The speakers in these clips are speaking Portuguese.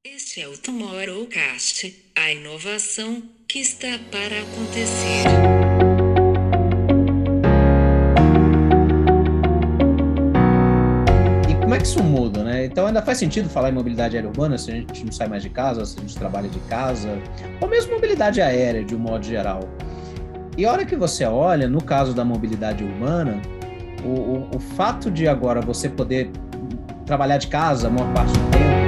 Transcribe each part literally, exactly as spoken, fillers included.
Este é o Tomorrowcast, a inovação que está para acontecer. E como é que isso muda, né? Então ainda faz sentido falar em mobilidade aérea urbana se a gente não sai mais de casa, se a gente trabalha de casa, ou mesmo mobilidade aérea de um modo geral. E a hora que você olha, no caso da mobilidade urbana, o, o, o fato de agora você poder trabalhar de casa a maior parte do tempo,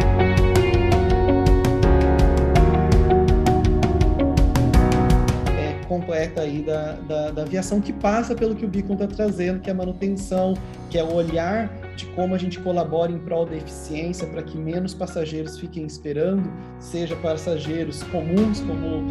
completa aí da, da, da aviação, que passa pelo que o Beacon está trazendo, que é a manutenção, que é o olhar de como a gente colabora em prol da eficiência para que menos passageiros fiquem esperando, seja passageiros comuns como...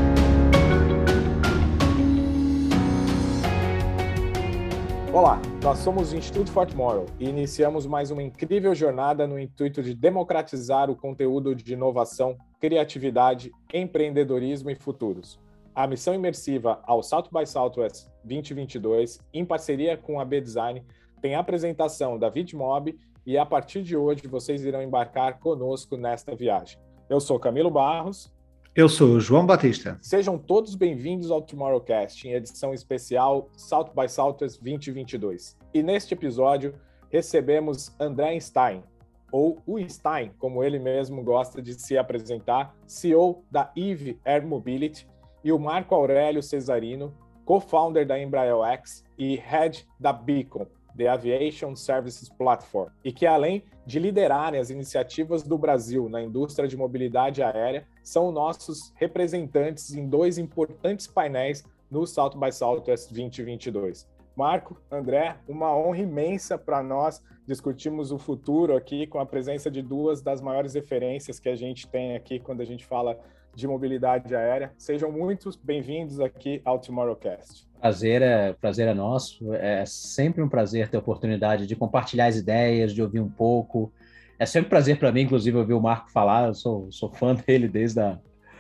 Olá, nós somos o Instituto For Tomorrow e iniciamos mais uma incrível jornada no intuito de democratizar o conteúdo de inovação, criatividade, empreendedorismo e futuros. A missão imersiva ao South by Southwest vinte e vinte e dois, em parceria com a B-Design, tem a apresentação da VitMob e a partir de hoje vocês irão embarcar conosco nesta viagem. Eu sou Camilo Barros. Eu sou João Batista. Sejam todos bem-vindos ao Tomorrowcast, em edição especial South by Southwest vinte e vinte e dois. E neste episódio recebemos André Stein, ou o Stein, como ele mesmo gosta de se apresentar, C E O da Eve Air Mobility, e o Marco Aurélio Cesarino, co-founder da EmbraerX e head da Beacon, The Aviation Services Platform, e que além de liderarem as iniciativas do Brasil na indústria de mobilidade aérea, são nossos representantes em dois importantes painéis no South by Southwest vinte e vinte e dois. Marco, André, uma honra imensa para nós discutirmos o futuro aqui com a presença de duas das maiores referências que a gente tem aqui quando a gente fala de mobilidade aérea. Sejam muito bem-vindos aqui ao Tomorrowcast. Prazer é, prazer é nosso, é sempre um prazer ter a oportunidade de compartilhar as ideias, de ouvir um pouco. É sempre um prazer para mim, inclusive, ouvir o Marco falar, eu sou, sou fã dele desde, a,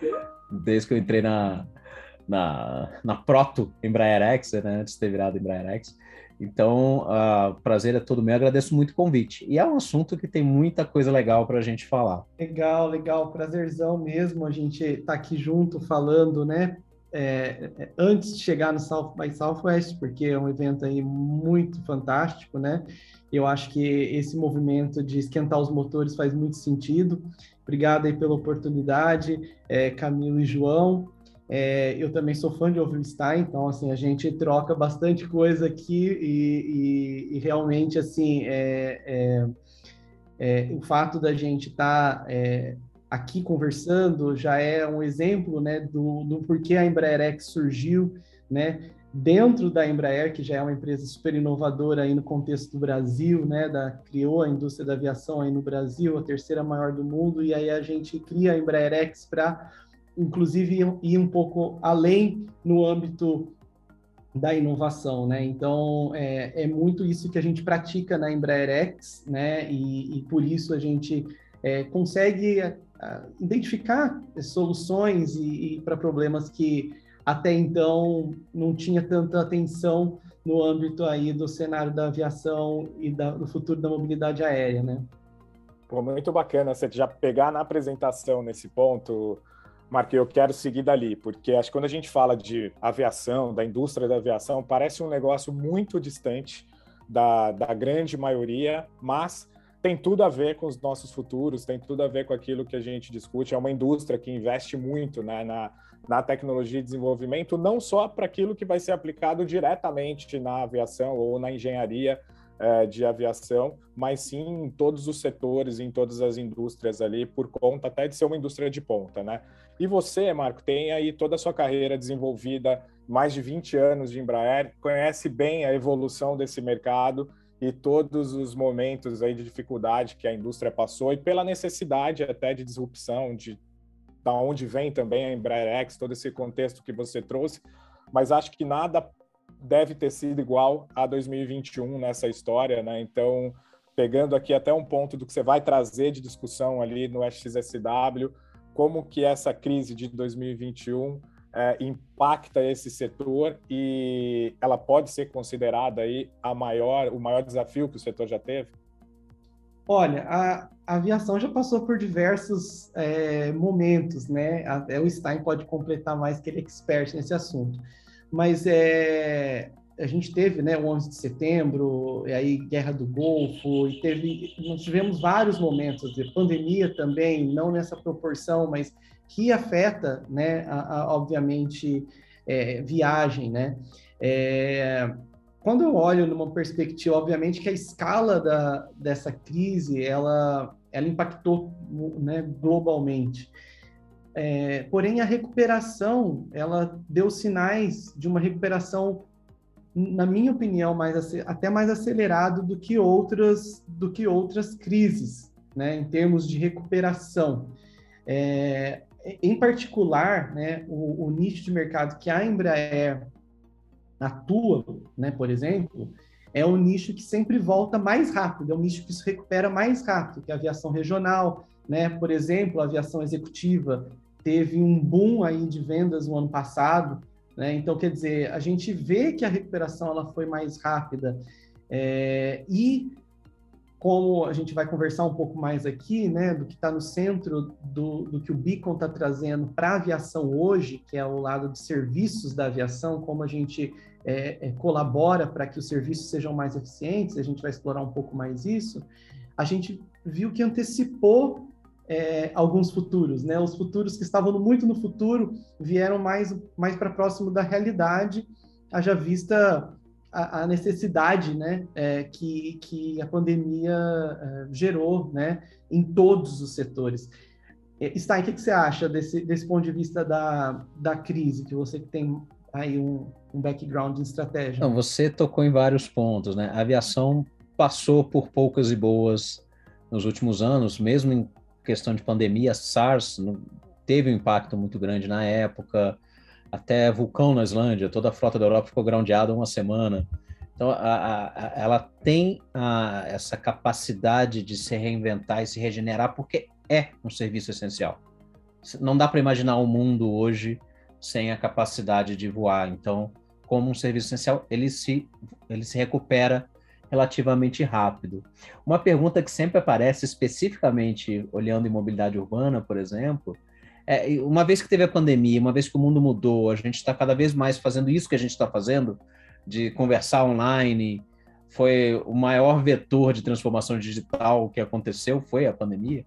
desde que eu entrei na, na, na Proto EmbraerX, né, antes de ter virado EmbraerX. Então, o uh, prazer é todo meu, agradeço muito o convite. E é um assunto que tem muita coisa legal para a gente falar. Legal, legal, prazerzão mesmo a gente estar tá aqui junto falando, né? É, antes de chegar no South by Southwest, porque é um evento aí muito fantástico, né? Eu acho que esse movimento de esquentar os motores faz muito sentido. Obrigado aí pela oportunidade, é, Camilo e João. É, eu também sou fã de ouvir Stein, então assim, a gente troca bastante coisa aqui e, e, e realmente assim, é, é, é, o fato da gente estar tá, é, aqui conversando já é um exemplo, né, do, do porquê a EmbraerX surgiu, né, dentro da Embraer, que já é uma empresa super inovadora aí no contexto do Brasil, né, da, criou a indústria da aviação aí no Brasil, a terceira maior do mundo, e aí a gente cria a EmbraerX para inclusive ir um pouco além no âmbito da inovação, né? Então, é, é muito isso que a gente pratica na EmbraerX, né? E, e por isso a gente é, consegue a, a, identificar soluções e, e para problemas que até então não tinha tanta atenção no âmbito aí do cenário da aviação e da, do futuro da mobilidade aérea, né? Pô, muito bacana você já pegar na apresentação nesse ponto, Marco, eu quero seguir dali, porque acho que quando a gente fala de aviação, da indústria da aviação, parece um negócio muito distante da, da grande maioria, mas tem tudo a ver com os nossos futuros, tem tudo a ver com aquilo que a gente discute. É uma indústria que investe muito, né, na, na tecnologia e desenvolvimento, não só para aquilo que vai ser aplicado diretamente na aviação ou na engenharia é, de aviação, mas sim em todos os setores, em todas as indústrias ali, por conta até de ser uma indústria de ponta, né? E você, Marco, tem aí toda a sua carreira desenvolvida, mais de vinte anos de Embraer, conhece bem a evolução desse mercado e todos os momentos aí de dificuldade que a indústria passou e pela necessidade até de disrupção, de da onde vem também a EmbraerX, todo esse contexto que você trouxe, mas acho que nada deve ter sido igual a dois mil e vinte e um nessa história, né? Então, pegando aqui até um ponto do que você vai trazer de discussão ali no X S W, como que essa crise de dois mil e vinte e um é, impacta esse setor e ela pode ser considerada aí a maior, o maior desafio que o setor já teve? Olha, a, a aviação já passou por diversos é, momentos, né? Até o Stein pode completar mais, que ele é expert nesse assunto. Mas é, a gente teve, né, o onze de setembro, e aí Guerra do Golfo, e teve, nós tivemos vários momentos de pandemia também, não nessa proporção, mas que afeta, né, a, a, obviamente, é, viagem, né? É, quando eu olho numa perspectiva, obviamente que a escala da, dessa crise, ela, ela impactou, né, globalmente. É, porém, a recuperação, ela deu sinais de uma recuperação, na minha opinião, mais, até mais acelerado do que outras, do que outras crises, né, em termos de recuperação. É, em particular, né, o, o nicho de mercado que a Embraer atua, né, por exemplo, é um nicho que sempre volta mais rápido, é um nicho que se recupera mais rápido, que a aviação regional, né, por exemplo, a aviação executiva teve um boom aí de vendas no ano passado, né, então, quer dizer, a gente vê que a recuperação ela foi mais rápida, é, e como a gente vai conversar um pouco mais aqui, né, do que está no centro do, do que o Beacon está trazendo para a aviação hoje, que é o lado de serviços da aviação, como a gente é, é, colabora para que os serviços sejam mais eficientes, a gente vai explorar um pouco mais isso, a gente viu que antecipou é, alguns futuros, né, os futuros que estavam muito no futuro vieram mais, mais para próximo da realidade, haja vista a necessidade, né, é, que, que a pandemia é, gerou, né, em todos os setores. Stein, o que, que você acha desse, desse ponto de vista da, da crise, que você tem aí um, um background em estratégia? Não, você tocou em vários pontos, né? A aviação passou por poucas e boas nos últimos anos, mesmo em questão de pandemia, SARS teve um impacto muito grande na época, até vulcão na Islândia, toda a frota da Europa ficou groundada uma semana. Então, a, a, ela tem a, essa capacidade de se reinventar e se regenerar, porque é um serviço essencial. Não dá para imaginar um mundo hoje sem a capacidade de voar. Então, como um serviço essencial, ele se, ele se recupera relativamente rápido. Uma pergunta que sempre aparece, especificamente olhando em mobilidade urbana, por exemplo, É, uma vez que teve a pandemia, uma vez que o mundo mudou, a gente está cada vez mais fazendo isso que a gente está fazendo, de conversar online, foi o maior vetor de transformação digital que aconteceu, foi a pandemia.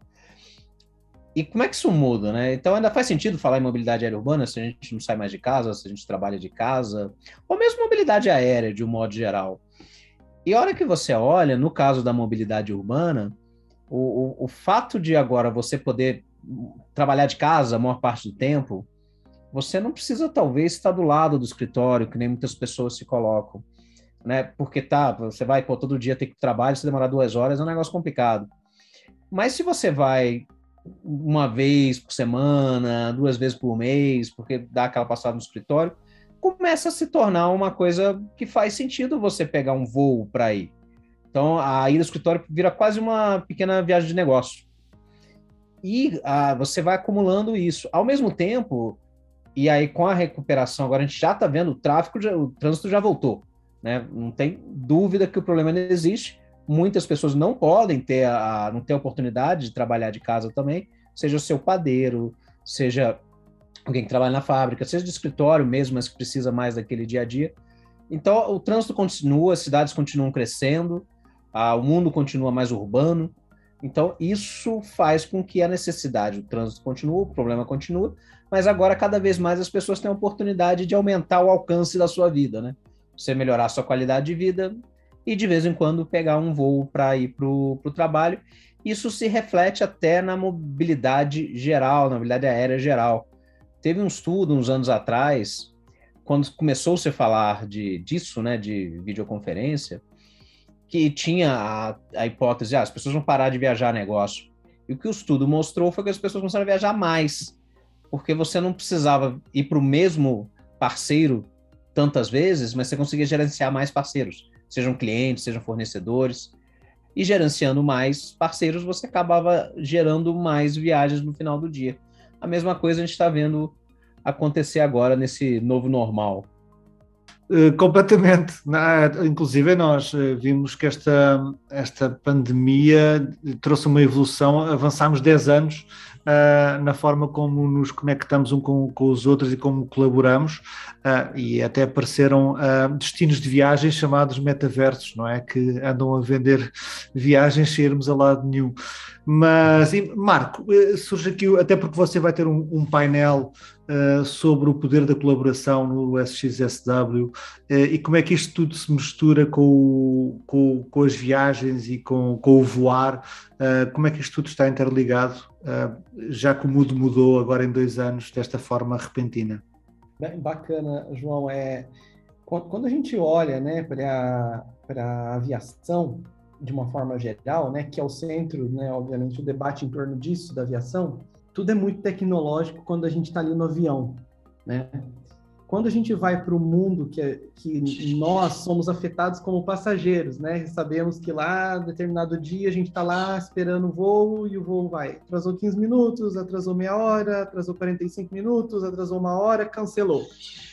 E como é que isso muda, né? Então ainda faz sentido falar em mobilidade aérea urbana se a gente não sai mais de casa, se a gente trabalha de casa, ou mesmo mobilidade aérea de um modo geral. E a hora que você olha, no caso da mobilidade urbana, o, o, o fato de agora você poder trabalhar de casa a maior parte do tempo, você não precisa talvez estar do lado do escritório, que nem muitas pessoas se colocam, né? Porque tá, você vai, pô, todo dia ter que trabalhar, se demorar duas horas é um negócio complicado. Mas se você vai uma vez por semana, duas vezes por mês, porque dá aquela passada no escritório, começa a se tornar uma coisa que faz sentido você pegar um voo para ir. Então, a ida ao escritório vira quase uma pequena viagem de negócio. E ah, você vai acumulando isso. Ao mesmo tempo, e aí com a recuperação, agora a gente já está vendo, o tráfego, já, o trânsito já voltou, né? Não tem dúvida que o problema ainda existe. Muitas pessoas não podem ter a, não ter a oportunidade de trabalhar de casa também, seja o seu padeiro, seja alguém que trabalha na fábrica, seja de escritório mesmo, mas que precisa mais daquele dia a dia. Então, o trânsito continua, as cidades continuam crescendo, ah, o mundo continua mais urbano. Então, isso faz com que a necessidade, o trânsito continua, o problema continua, mas agora cada vez mais as pessoas têm a oportunidade de aumentar o alcance da sua vida, né? Você melhorar a sua qualidade de vida e, de vez em quando, pegar um voo para ir para o trabalho. Isso se reflete até na mobilidade geral, na mobilidade aérea geral. Teve um estudo, uns anos atrás, quando começou-se a falar de, disso, né, de videoconferência, que tinha a, a hipótese, ah, as pessoas vão parar de viajar a negócio. E o que o estudo mostrou foi que as pessoas começaram a viajar mais, porque você não precisava ir para o mesmo parceiro tantas vezes, mas você conseguia gerenciar mais parceiros, sejam clientes, sejam fornecedores, e gerenciando mais parceiros, você acabava gerando mais viagens no final do dia. A mesma coisa a gente está vendo acontecer agora nesse novo normal. Uh, completamente. Na, inclusive nós uh, vimos que esta, esta pandemia trouxe uma evolução, avançámos dez anos uh, na forma como nos conectamos um com, com os outros e como colaboramos, uh, e até apareceram uh, destinos de viagens chamados metaversos, não é? Que andam a vender viagens sem irmos a lado nenhum. Mas, Marco, surge aqui, até porque você vai ter um, um painel uh, sobre o poder da colaboração no S X S W, uh, e como é que isto tudo se mistura com, o, com, com as viagens e com, com o voar, uh, como é que isto tudo está interligado, uh, já que o mundo mudou agora em dois anos desta forma repentina? Bem, bacana, João. É, quando a gente olha, né, para a aviação, de uma forma geral, né, que é o centro, né, obviamente, o debate em torno disso, da aviação, tudo é muito tecnológico quando a gente está ali no avião, né? Quando a gente vai para o mundo que, é, que nós somos afetados como passageiros, né? Sabemos que lá, determinado dia, a gente está lá esperando o voo e o voo vai. Atrasou quinze minutos, atrasou meia hora, atrasou quarenta e cinco minutos, atrasou uma hora, cancelou.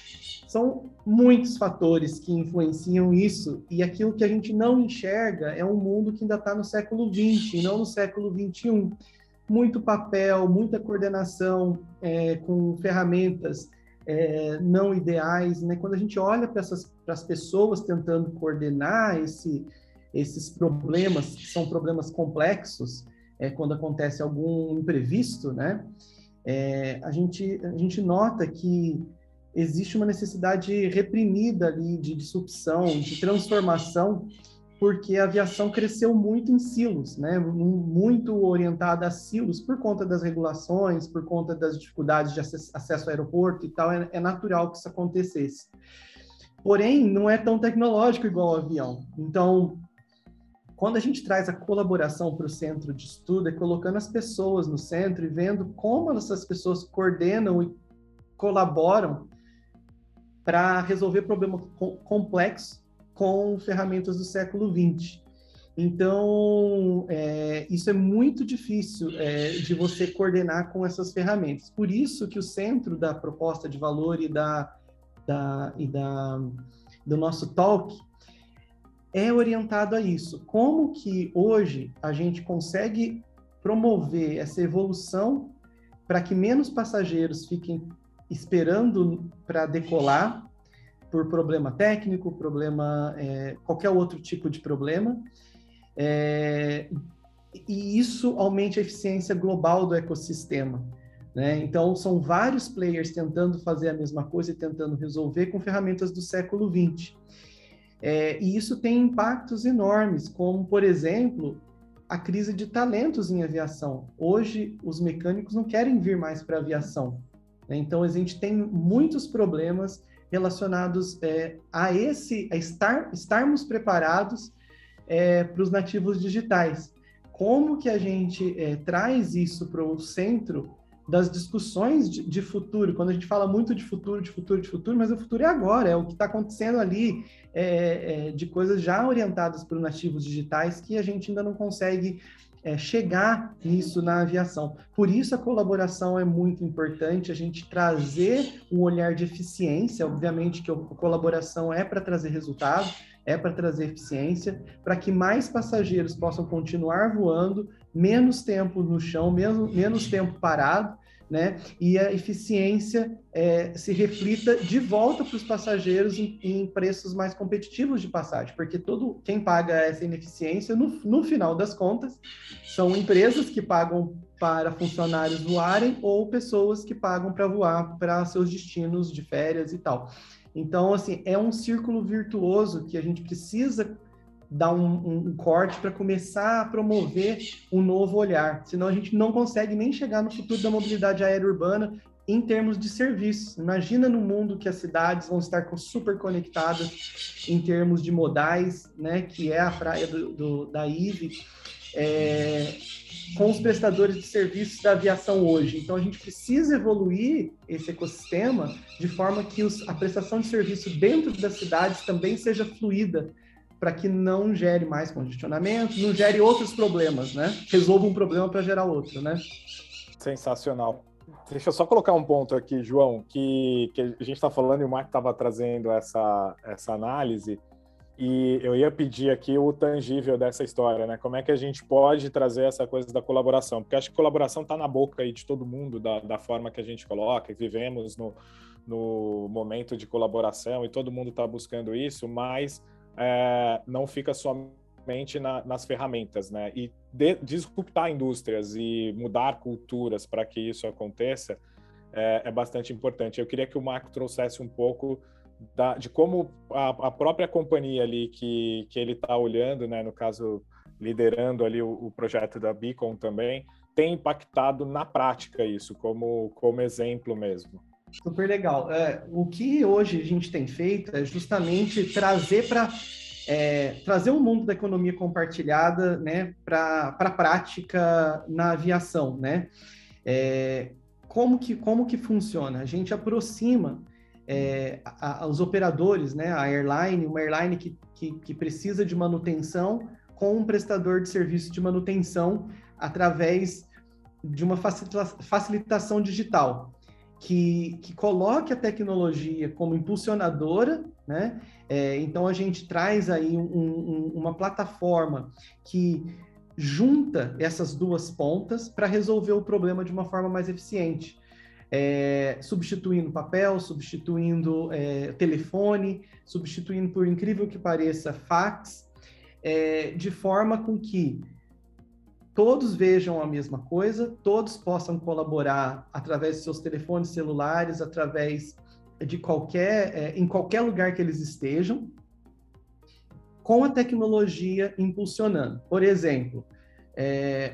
São muitos fatores que influenciam isso, e aquilo que a gente não enxerga é um mundo que ainda está no século vinte, e não no século vinte e um. Muito papel, muita coordenação é, com ferramentas é, não ideais, né? Quando a gente olha para as pessoas tentando coordenar esse, esses problemas, que são problemas complexos, é, quando acontece algum imprevisto, né? É, a gente, a gente nota que existe uma necessidade reprimida ali de disrupção, de transformação, porque a aviação cresceu muito em silos, né? Muito orientada a silos por conta das regulações, por conta das dificuldades de acesso ao aeroporto e tal. É, é natural que isso acontecesse. Porém, não é tão tecnológico igual o avião. Então, quando a gente traz a colaboração para o centro de estudo, é colocando as pessoas no centro e vendo como essas pessoas coordenam e colaboram para resolver problemas complexos com ferramentas do século vinte. Então, é, isso é muito difícil é, de você coordenar com essas ferramentas. Por isso que o centro da proposta de valor e, da, da, e da, do nosso talk é orientado a isso. Como que hoje a gente consegue promover essa evolução para que menos passageiros fiquem esperando para decolar por problema técnico, problema, é, qualquer outro tipo de problema, é, e isso aumente a eficiência global do ecossistema, né? Então, são vários players tentando fazer a mesma coisa e tentando resolver com ferramentas do século vinte. É, e isso tem impactos enormes, como, por exemplo, a crise de talentos em aviação. Hoje, os mecânicos não querem vir mais para a aviação. Então, a gente tem muitos problemas relacionados é, a esse, a estar, estarmos preparados é, para os nativos digitais. Como que a gente é, traz isso para o centro das discussões de, de futuro? Quando a gente fala muito de futuro, de futuro, de futuro, mas o futuro é agora, é o que está acontecendo ali, é, é, de coisas já orientadas para os nativos digitais que a gente ainda não consegue É, chegar nisso na aviação. Por isso a colaboração é muito importante, a gente trazer um olhar de eficiência. Obviamente que a colaboração é para trazer resultado, é para trazer eficiência, para que mais passageiros possam continuar voando, menos tempo no chão, menos, menos tempo parado, né? E a eficiência é, se reflita de volta para os passageiros em, em preços mais competitivos de passagem, porque todo quem paga essa ineficiência, no, no final das contas, são empresas que pagam para funcionários voarem ou pessoas que pagam para voar para seus destinos de férias e tal. Então, assim, é um círculo virtuoso que a gente precisa dar um, um, um corte para começar a promover um novo olhar. Senão a gente não consegue nem chegar no futuro da mobilidade aérea urbana em termos de serviços. Imagina no mundo que as cidades vão estar super conectadas em termos de modais, né, que é a praia do, do, da I V E, é, com os prestadores de serviços da aviação hoje. Então, a gente precisa evoluir esse ecossistema de forma que os, a prestação de serviço dentro das cidades também seja fluida, para que não gere mais congestionamento, não gere outros problemas, né? Resolva um problema para gerar outro, né? Sensacional. Deixa eu só colocar um ponto aqui, João, que, que a gente está falando e o Marco estava trazendo essa, essa análise, e eu ia pedir aqui o tangível dessa história, né? Como é que a gente pode trazer essa coisa da colaboração? Porque acho que colaboração está na boca aí de todo mundo, da, da forma que a gente coloca, vivemos no, no momento de colaboração e todo mundo está buscando isso, mas é, não fica somente na, nas ferramentas, né? E de, disruptar indústrias e mudar culturas para que isso aconteça é, é bastante importante. Eu queria que o Marco trouxesse um pouco Da, de como a, a própria companhia ali que, que ele está olhando, né, no caso, liderando ali o, o projeto da Beacon também, tem impactado na prática isso, como, como exemplo mesmo. Super legal. É, o que hoje a gente tem feito é justamente trazer para é, trazer o mundo da economia compartilhada, né, para a prática na aviação, né? É, como que, como que funciona? A gente aproxima É, a, a, os operadores, né, a airline, uma airline que, que, que precisa de manutenção com um prestador de serviço de manutenção através de uma facilita facilitação digital, que, que coloque a tecnologia como impulsionadora, né? É, então a gente traz aí um, um, uma plataforma que junta essas duas pontas para resolver o problema de uma forma mais eficiente. É, substituindo papel, substituindo é, telefone, substituindo, por incrível que pareça, fax, é, de forma com que todos vejam a mesma coisa, todos possam colaborar através de seus telefones celulares, através de qualquer, é, em qualquer lugar que eles estejam, com a tecnologia impulsionando. Por exemplo, é,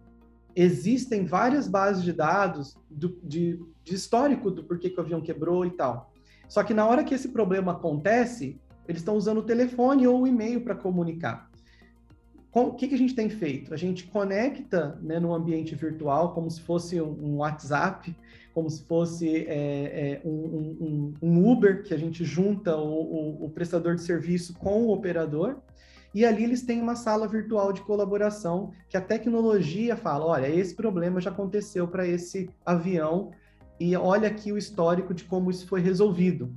existem várias bases de dados do, de, de histórico do porquê que o avião quebrou e tal. Só que na hora que esse problema acontece, eles estão usando o telefone ou o e-mail para comunicar. Com, o que, que a gente tem feito? A gente conecta, né, no ambiente virtual, como se fosse um, um WhatsApp, como se fosse é, é, um, um, um Uber, que a gente junta o, o, o prestador de serviço com o operador. E ali eles têm uma sala virtual de colaboração que a tecnologia fala, olha, esse problema já aconteceu para esse avião e olha aqui o histórico de como isso foi resolvido.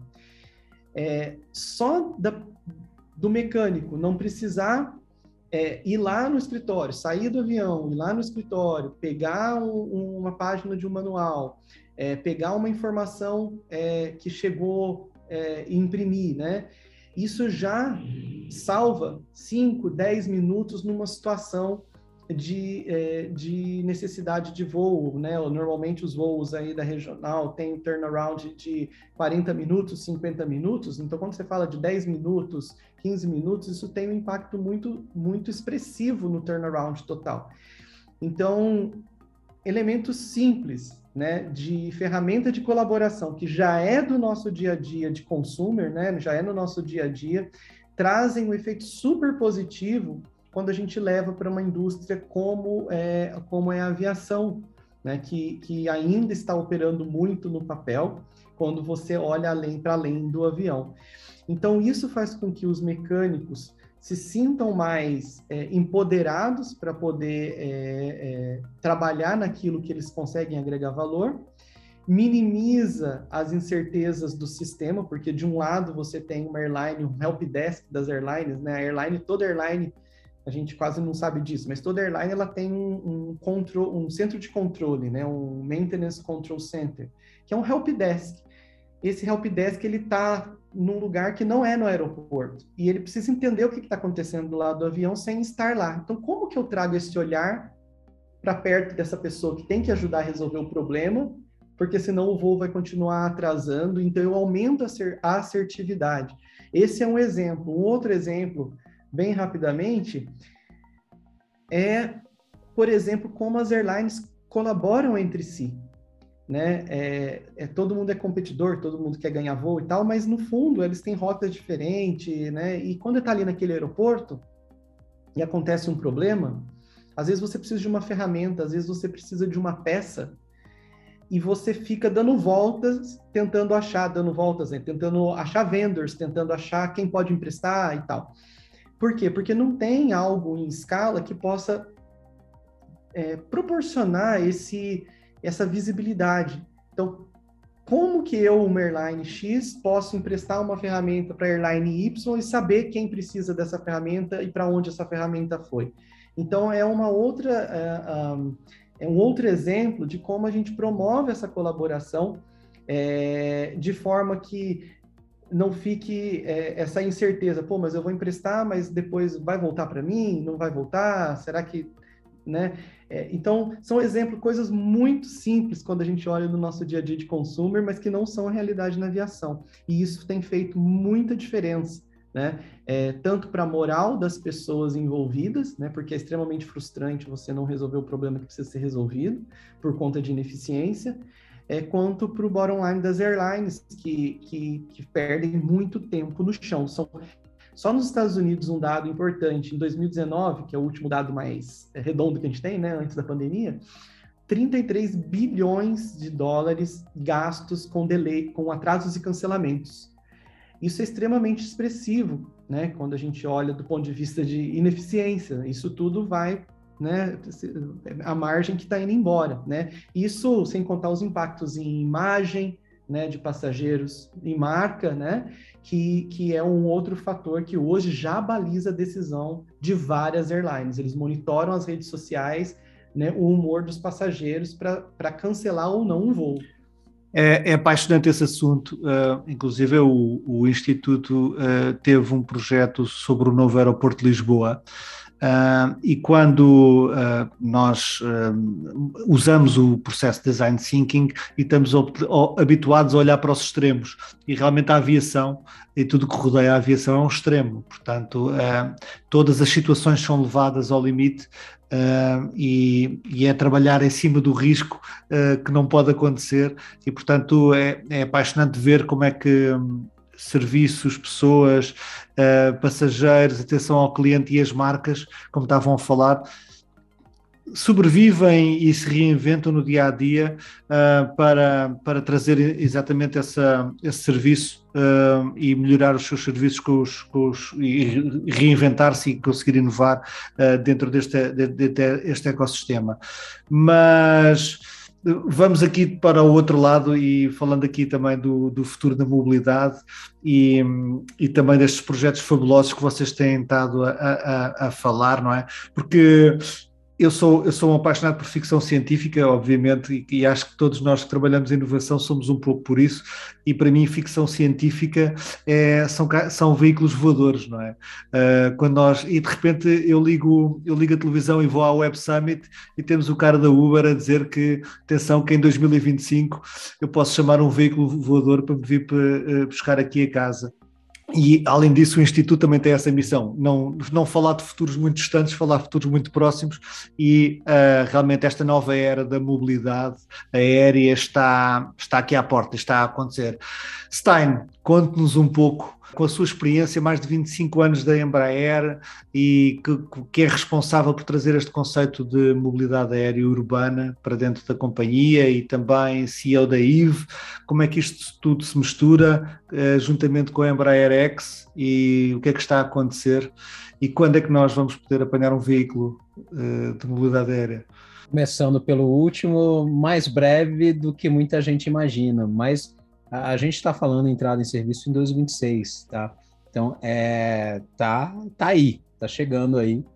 É, só da, do mecânico não precisar é, ir lá no escritório, sair do avião, ir lá no escritório, pegar um, uma página de um manual, é, pegar uma informação é, que chegou é, e imprimir, né? Isso já salva cinco, dez minutos numa situação de, é, de necessidade de voo, né? Normalmente os voos aí da regional têm um turnaround de quarenta minutos, cinquenta minutos. Então, quando você fala de dez minutos, quinze minutos, isso tem um impacto muito, muito expressivo no turnaround total. Então, elementos simples, né, de ferramenta de colaboração, que já é do nosso dia a dia de consumer, né, já é no nosso dia a dia, trazem um efeito super positivo quando a gente leva para uma indústria como é, como é a aviação, né, que, que ainda está operando muito no papel, quando você olha além para além do avião. Então, isso faz com que os mecânicos se sintam mais é, empoderados para poder é, é, trabalhar naquilo que eles conseguem agregar valor, minimiza as incertezas do sistema, porque de um lado você tem uma airline, um help desk das airlines, né? A airline, toda airline, a gente quase não sabe disso, mas toda airline ela tem um, um, control, um centro de controle, né? Um Maintenance Control Center, que é um help desk. Esse help desk ele está num lugar que não é no aeroporto, e ele precisa entender o que está acontecendo do lado do avião sem estar lá. Então, como que eu trago esse olhar para perto dessa pessoa que tem que ajudar a resolver o problema, porque senão o voo vai continuar atrasando, então eu aumento a assertividade. Esse é um exemplo. Um outro exemplo, bem rapidamente, é, por exemplo, como as airlines colaboram entre si. Né? É, é, todo mundo é competidor, todo mundo quer ganhar voo e tal, mas no fundo eles têm rotas diferentes, né? E quando está ali naquele aeroporto e acontece um problema, às vezes você precisa de uma ferramenta, às vezes você precisa de uma peça e você fica dando voltas, tentando achar, dando voltas, né? Tentando achar vendors, tentando achar quem pode emprestar e tal. Por quê? Porque não tem algo em escala que possa é, proporcionar esse essa visibilidade. Então, como que eu, uma airline X, posso emprestar uma ferramenta para a airline Y e saber quem precisa dessa ferramenta e para onde essa ferramenta foi? Então, é uma outra, é, um, é um outro exemplo de como a gente promove essa colaboração é, de forma que não fique é, essa incerteza, pô, mas eu vou emprestar, mas depois vai voltar para mim? Não vai voltar? Será que... né? É, então, são exemplos, coisas muito simples quando a gente olha no nosso dia a dia de consumer, mas que não são a realidade na aviação. E isso tem feito muita diferença, né? É, tanto para a moral das pessoas envolvidas, né? Porque é extremamente frustrante você não resolver o problema que precisa ser resolvido por conta de ineficiência, é, quanto para o bottom line das airlines, que, que, que perdem muito tempo no chão. São Só nos Estados Unidos, um dado importante, em dois mil e dezenove, que é o último dado mais redondo que a gente tem, né, antes da pandemia, trinta e três bilhões de dólares gastos com delay, com atrasos e cancelamentos. Isso é extremamente expressivo, né, quando a gente olha do ponto de vista de ineficiência. Isso tudo vai, né, a margem que está indo embora, né? Isso sem contar os impactos em imagem, né, de passageiros e marca, né, que, que é um outro fator que hoje já baliza a decisão de várias airlines. Eles monitoram as redes sociais, né, o humor dos passageiros para cancelar ou não um voo. É, é apaixonante esse assunto, uh, inclusive o, o Instituto uh, teve um projeto sobre o novo aeroporto de Lisboa. Uh, e quando uh, nós uh, usamos o processo de design thinking e estamos habituados a olhar para os extremos, e realmente a aviação e tudo que rodeia a aviação é um extremo, portanto uh, todas as situações são levadas ao limite uh, e, e é trabalhar em cima do risco uh, que não pode acontecer, e portanto é, é apaixonante ver como é que um, serviços, pessoas, uh, passageiros, atenção ao cliente e as marcas, como estavam a falar, sobrevivem e se reinventam no dia a dia uh, para, para trazer exatamente essa, esse serviço uh, e melhorar os seus serviços com os, com os, e reinventar-se e conseguir inovar uh, dentro deste, de, de, de, este ecossistema. Mas vamos aqui para o outro lado e falando aqui também do, do futuro da mobilidade e, e também destes projetos fabulosos que vocês têm estado a, a, a falar, não é? Porque eu sou, eu sou um apaixonado por ficção científica, obviamente, e, e acho que todos nós que trabalhamos em inovação somos um pouco por isso, e para mim ficção científica é, são, são veículos voadores, não é? Uh, quando nós, e de repente eu ligo, eu ligo a televisão e vou ao Web Summit e temos o cara da Uber a dizer que, atenção, que em dois mil e vinte e cinco eu posso chamar um veículo voador para me vir para, uh, buscar aqui a casa. E, além disso, o Instituto também tem essa missão, não, não falar de futuros muito distantes, falar de futuros muito próximos, e uh, realmente esta nova era da mobilidade aérea está, está aqui à porta, está a acontecer. Stein, conte-nos um pouco, com a sua experiência, mais de vinte e cinco anos da Embraer, e que, que é responsável por trazer este conceito de mobilidade aérea urbana para dentro da companhia, e também C E O da I V E, como é que isto tudo se mistura uh, juntamente com a Embraer X, e o que é que está a acontecer, e quando é que nós vamos poder apanhar um veículo uh, de mobilidade aérea? Começando pelo último, mais breve do que muita gente imagina, mas a gente está falando em entrada em serviço em dois mil e vinte e seis, tá? Então, é, tá, tá aí, tá chegando aí.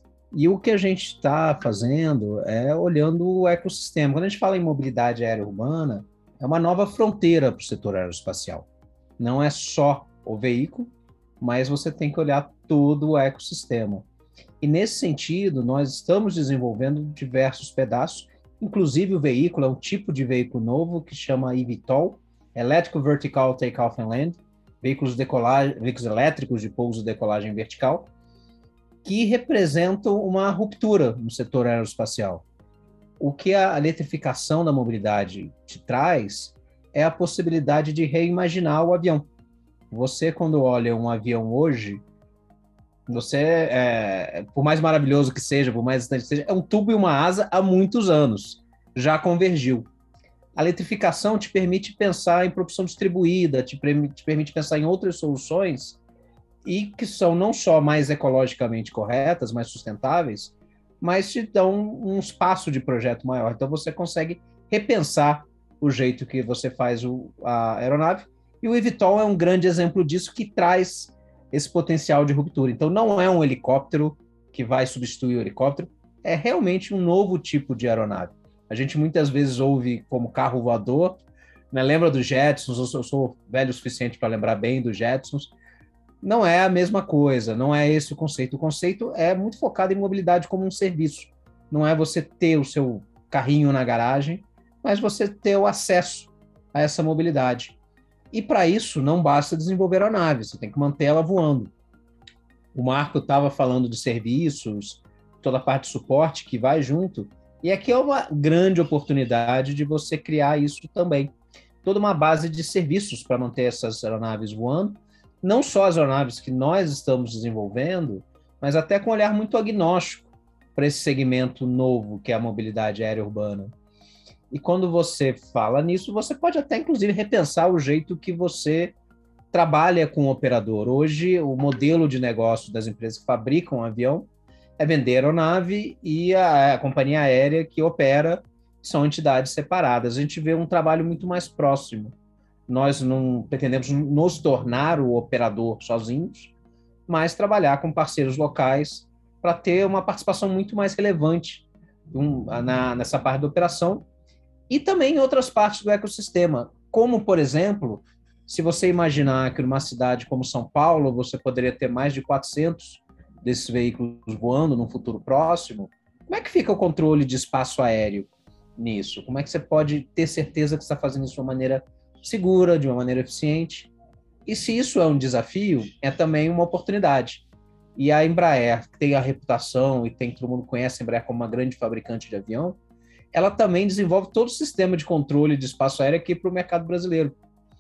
E o que a gente está fazendo é olhando o ecossistema. Quando a gente fala em mobilidade aérea urbana, é uma nova fronteira para o setor aeroespacial. Não é só o veículo, mas você tem que olhar todo o ecossistema. E nesse sentido, nós estamos desenvolvendo diversos pedaços, inclusive o veículo é um tipo de veículo novo que chama eVTOL, Electric Vertical Takeoff and Land, veículos, de decolagem, veículos elétricos de pouso e decolagem vertical, que representam uma ruptura no setor aeroespacial. O que a eletrificação da mobilidade te traz é a possibilidade de reimaginar o avião. Você, quando olha um avião hoje, você, é, por mais maravilhoso que seja, por mais distante que seja, é um tubo e uma asa há muitos anos, já convergiu. A eletrificação te permite pensar em propulsão distribuída, te permite, te permite pensar em outras soluções e que são não só mais ecologicamente corretas, mais sustentáveis, mas te dão um espaço de projeto maior. Então você consegue repensar o jeito que você faz o, a aeronave. E o eVTOL é um grande exemplo disso, que traz esse potencial de ruptura. Então, não é um helicóptero que vai substituir o helicóptero, é realmente um novo tipo de aeronave. A gente muitas vezes ouve como carro voador, né? Lembra dos Jetsons, eu sou, eu sou velho o suficiente para lembrar bem dos Jetsons. Não é a mesma coisa, não é esse o conceito. O conceito é muito focado em mobilidade como um serviço. Não é você ter o seu carrinho na garagem, mas você ter o acesso a essa mobilidade. E para isso não basta desenvolver a nave, você tem que manter ela voando. O Marco estava falando de serviços, toda a parte de suporte que vai junto, e aqui é uma grande oportunidade de você criar isso também. Toda uma base de serviços para manter essas aeronaves voando, não só as aeronaves que nós estamos desenvolvendo, mas até com um olhar muito agnóstico para esse segmento novo que é a mobilidade aérea urbana. E quando você fala nisso, você pode até, inclusive, repensar o jeito que você trabalha com o operador. Hoje, o modelo de negócio das empresas que fabricam avião é vender a aeronave e a, a companhia aérea que opera são entidades separadas. A gente vê um trabalho muito mais próximo. Nós não pretendemos nos tornar o operador sozinhos, mas trabalhar com parceiros locais para ter uma participação muito mais relevante um, na, nessa parte da operação e também em outras partes do ecossistema, como, por exemplo, se você imaginar que numa cidade como São Paulo você poderia ter mais de quatrocentos desses veículos voando num futuro próximo, como é que fica o controle de espaço aéreo nisso? Como é que você pode ter certeza que você está fazendo isso de uma maneira segura, de uma maneira eficiente? E se isso é um desafio, é também uma oportunidade. E a Embraer, que tem a reputação e tem, todo mundo conhece a Embraer como uma grande fabricante de avião, ela também desenvolve todo o sistema de controle de espaço aéreo aqui para o mercado brasileiro.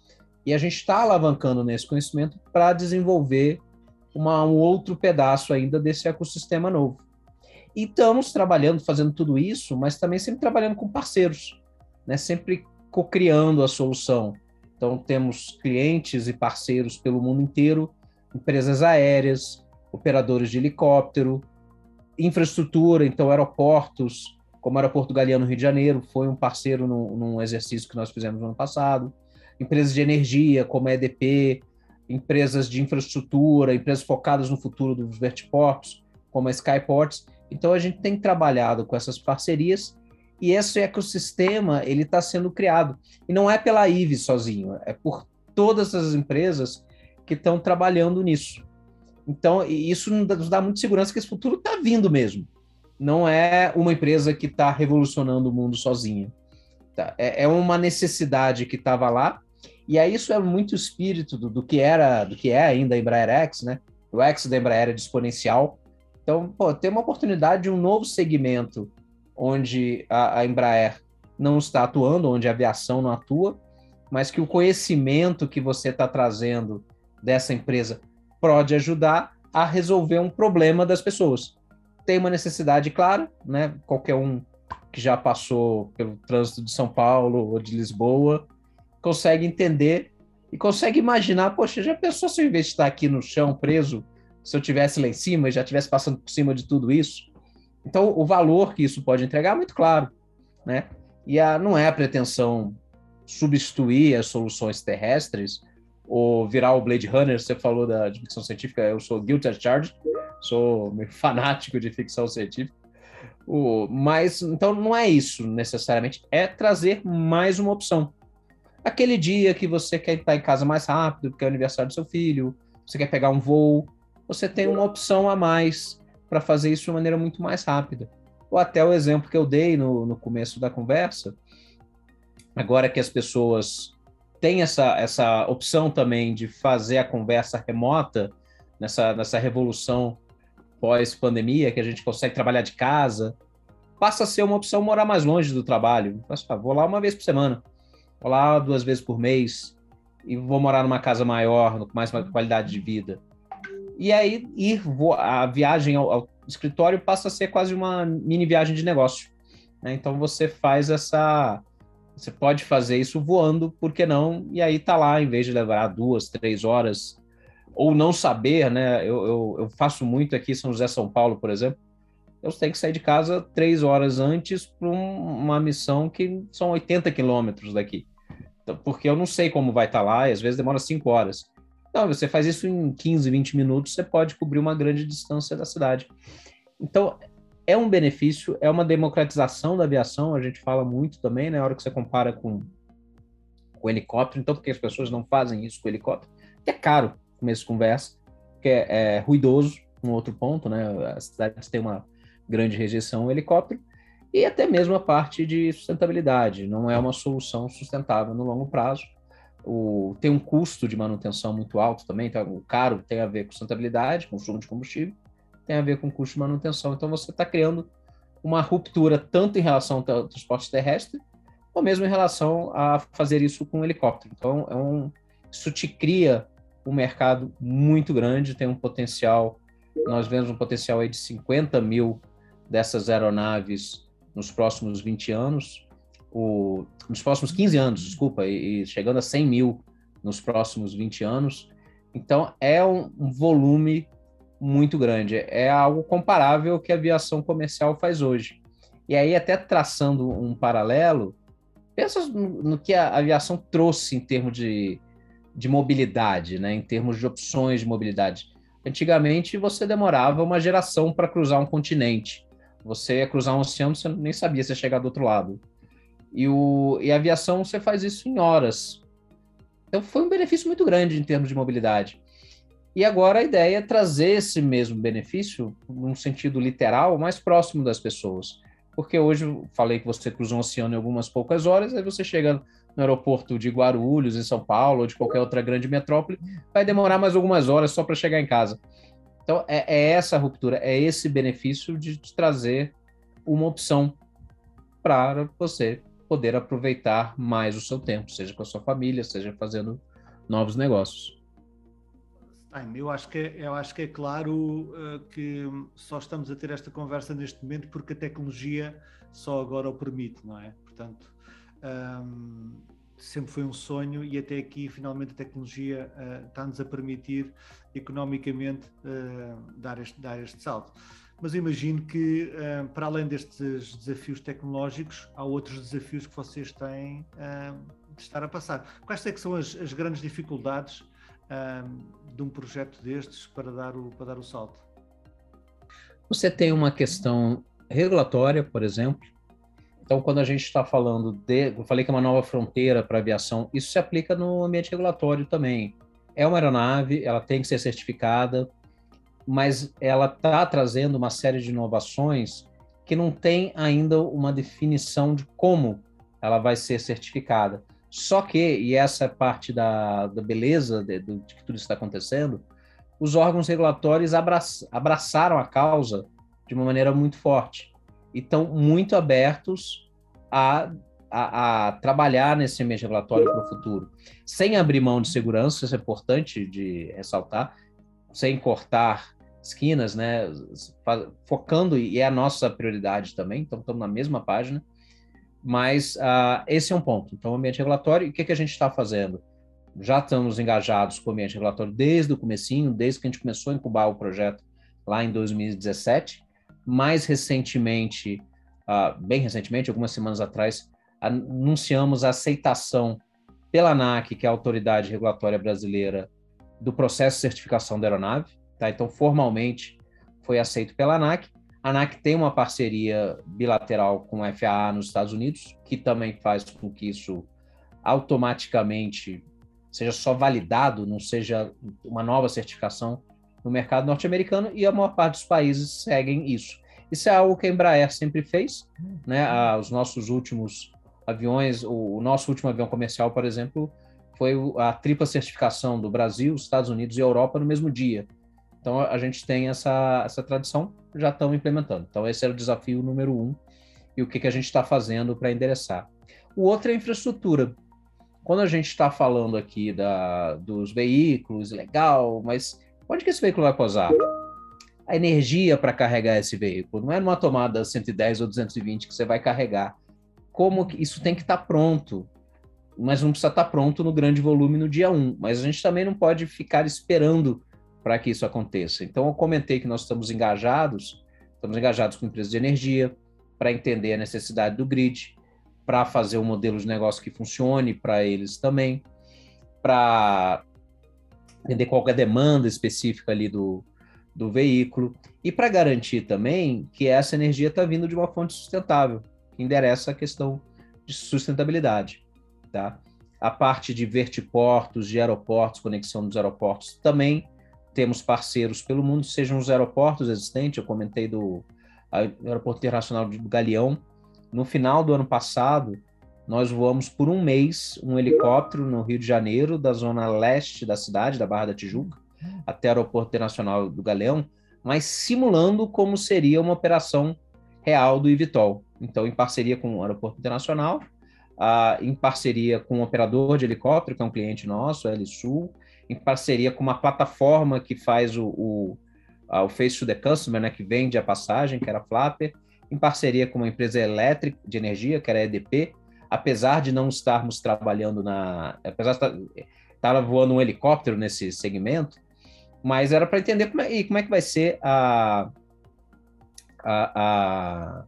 E a gente está alavancando nesse conhecimento para desenvolver uma, um outro pedaço ainda desse ecossistema novo. E estamos trabalhando, fazendo tudo isso, mas também sempre trabalhando com parceiros, né? Sempre co-criando a solução. Então, temos clientes e parceiros pelo mundo inteiro, empresas aéreas, operadores de helicóptero, infraestrutura, então aeroportos, como o Aeroporto Galeão no Rio de Janeiro, foi um parceiro num, num exercício que nós fizemos no ano passado, empresas de energia, como a E D P, empresas de infraestrutura, empresas focadas no futuro dos vertiportos, como a Skyports. Então, a gente tem trabalhado com essas parcerias e esse ecossistema ele está sendo criado. E não é pela I V E sozinho, é por todas as empresas que estão trabalhando nisso. Então, isso nos dá muita segurança que esse futuro está vindo mesmo. Não é uma empresa que está revolucionando o mundo sozinha. Tá? É, é uma necessidade que estava lá, e aí isso é muito o espírito do, do que era, do que é ainda a Embraer X, né? O X da Embraer é de exponencial. Então, pô, tem uma oportunidade de um novo segmento onde a, a Embraer não está atuando, onde a aviação não atua, mas que o conhecimento que você está trazendo dessa empresa pode ajudar a resolver um problema das pessoas. Tem uma necessidade clara, né? Qualquer um que já passou pelo trânsito de São Paulo ou de Lisboa consegue entender e consegue imaginar, poxa, já pensou se eu, em vez de estar aqui no chão preso, se eu estivesse lá em cima e já estivesse passando por cima de tudo isso? Então, o valor que isso pode entregar é muito claro, né? E a, não é a pretensão substituir as soluções terrestres ou virar o Blade Runner. Você falou da de ficção científica, eu sou guilty as charged, sou meio fanático de ficção científica. O, mas, então, não é isso necessariamente, é trazer mais uma opção. Aquele dia que você quer estar em casa mais rápido, porque é o aniversário do seu filho, você quer pegar um voo, você tem uma opção a mais para fazer isso de uma maneira muito mais rápida. Ou até o exemplo que eu dei no, no começo da conversa, agora que as pessoas têm essa, essa opção também de fazer a conversa remota, nessa, nessa revolução pós-pandemia, que a gente consegue trabalhar de casa, passa a ser uma opção morar mais longe do trabalho. Ah, vou lá uma vez por semana, vou lá duas vezes por mês, e vou morar numa casa maior, com mais qualidade de vida. E aí, ir, a viagem ao, ao escritório passa a ser quase uma mini viagem de negócio, né? Então, você faz essa... Você pode fazer isso voando, por que não? E aí tá lá, em vez de levar duas, três horas, ou não saber, né? Eu, eu, eu faço muito aqui em São José, São Paulo, por exemplo. eu tenho que sair de casa três horas antes para um, uma missão que são oitenta quilômetros daqui. Então, porque eu não sei como vai estar lá, e às vezes demora cinco horas. Então, você faz isso em quinze, vinte minutos, você pode cobrir uma grande distância da cidade. Então, é um benefício, é uma democratização da aviação, a gente fala muito também, né, na hora que você compara com o helicóptero. Então, por que as pessoas não fazem isso com o helicóptero? Porque é caro, começo de conversa, porque é, é ruidoso, um outro ponto, né, as cidades têm uma grande rejeição ao helicóptero, e até mesmo a parte de sustentabilidade, não é uma solução sustentável no longo prazo. O, tem um custo de manutenção muito alto também, então, o caro tem a ver com sustentabilidade, consumo de combustível, tem a ver com custo de manutenção. Então, você está criando uma ruptura tanto em relação ao transporte terrestre, ou mesmo em relação a fazer isso com um helicóptero. Então, é um, isso te cria um mercado muito grande, tem um potencial, nós vemos um potencial aí de cinquenta mil dessas aeronaves nos próximos vinte anos, o, nos próximos quinze anos, desculpa, e, e chegando a cem mil nos próximos vinte anos. Então, é um, um volume muito grande, é algo comparável ao que a aviação comercial faz hoje. E aí, até traçando um paralelo, pensa no, no que a aviação trouxe em termos de, de mobilidade, né? Em termos de opções de mobilidade. Antigamente, você demorava uma geração para cruzar um continente. Você ia cruzar um oceano, você nem sabia se ia chegar do outro lado. E, o, e a aviação, você faz isso em horas. Então, foi um benefício muito grande em termos de mobilidade. E agora a ideia é trazer esse mesmo benefício, num sentido literal, mais próximo das pessoas. Porque hoje, eu falei que você cruza um oceano em algumas poucas horas, aí você chega no aeroporto de Guarulhos, em São Paulo, ou de qualquer outra grande metrópole, vai demorar mais algumas horas só para chegar em casa. Então, é, é essa ruptura, é esse benefício de te trazer uma opção para você poder aproveitar mais o seu tempo, seja com a sua família, seja fazendo novos negócios. Eu acho que é, eu acho que é claro uh, que só estamos a ter esta conversa neste momento porque a tecnologia só agora o permite, não é? Portanto, um, sempre foi um sonho e até aqui finalmente a tecnologia uh, está-nos a permitir economicamente uh, dar, este, dar este salto. Mas eu imagino que uh, para além destes desafios tecnológicos, há outros desafios que vocês têm uh, de estar a passar. Quais é que são as, as grandes dificuldades Um, de um projeto destes para dar, o, para dar o salto? Você tem uma questão regulatória, por exemplo. Então, quando a gente está falando de... Eu falei que é uma nova fronteira para a aviação, isso se aplica no ambiente regulatório também. É uma aeronave, ela tem que ser certificada, mas ela está trazendo uma série de inovações que não tem ainda uma definição de como ela vai ser certificada. Só que, e essa é parte da, da beleza de, de, de que tudo está acontecendo, os órgãos regulatórios abraç, abraçaram a causa de uma maneira muito forte e estão muito abertos a, a, a trabalhar nesse ambiente regulatório para o futuro, sem abrir mão de segurança, isso é importante de ressaltar, sem cortar esquinas, né, focando, e é a nossa prioridade também, então estamos na mesma página. Mas uh, esse é um ponto. Então, o ambiente regulatório, e o que, que a gente está fazendo? Já estamos engajados com o ambiente regulatório desde o comecinho, desde que a gente começou a incubar o projeto lá em dois mil e dezessete. Mais recentemente, uh, bem recentemente, algumas semanas atrás, anunciamos a aceitação pela ANAC, que é a autoridade regulatória brasileira, do processo de certificação da aeronave. Tá? Então, formalmente, foi aceito pela ANAC. A ANAC tem uma parceria bilateral com a F A A nos Estados Unidos, que também faz com que isso automaticamente seja só validado, não seja uma nova certificação no mercado norte-americano, e a maior parte dos países seguem isso. Isso é algo que a Embraer sempre fez, né? Ah, os nossos últimos aviões, o, o nosso último avião comercial, por exemplo, foi a tripla certificação do Brasil, Estados Unidos e Europa no mesmo dia. Então, a gente tem essa, essa tradição, já estamos implementando. Então, esse era o desafio número um e o que, que a gente está fazendo para endereçar. O outro é a infraestrutura. Quando a gente está falando aqui da, dos veículos, legal, mas onde que esse veículo vai pousar? A energia para carregar esse veículo não é numa tomada cento e dez ou duzentos e vinte que você vai carregar. Como que isso tem que estar tá pronto, mas não precisa estar tá pronto no grande volume no dia um. Mas a gente também não pode ficar esperando para que isso aconteça. Então, eu comentei que nós estamos engajados Estamos engajados com empresas de energia para entender a necessidade do grid, para fazer um modelo de negócio que funcione para eles também, para entender qual é a demanda específica ali do, do veículo e para garantir também que essa energia está vindo de uma fonte sustentável, que endereça a questão de sustentabilidade, tá? A parte de vertiportos, de aeroportos, conexão dos aeroportos, também temos parceiros pelo mundo, sejam os aeroportos existentes, eu comentei do Aeroporto Internacional do Galeão. No final do ano passado, nós voamos por um mês um helicóptero no Rio de Janeiro, da zona leste da cidade, da Barra da Tijuca, até o Aeroporto Internacional do Galeão, mas simulando como seria uma operação real do eVTOL. Então, em parceria com o Aeroporto Internacional, uh, em parceria com um operador de helicóptero, que é um cliente nosso, a Helisul, em parceria com uma plataforma que faz o, o, uh, o Face to the Customer, né, que vende a passagem, que era a Flapper, em parceria com uma empresa elétrica de energia, que era a E D P, apesar de não estarmos trabalhando na... apesar de estar voando um helicóptero nesse segmento, mas era para entender como é, como é que vai ser a, a, a,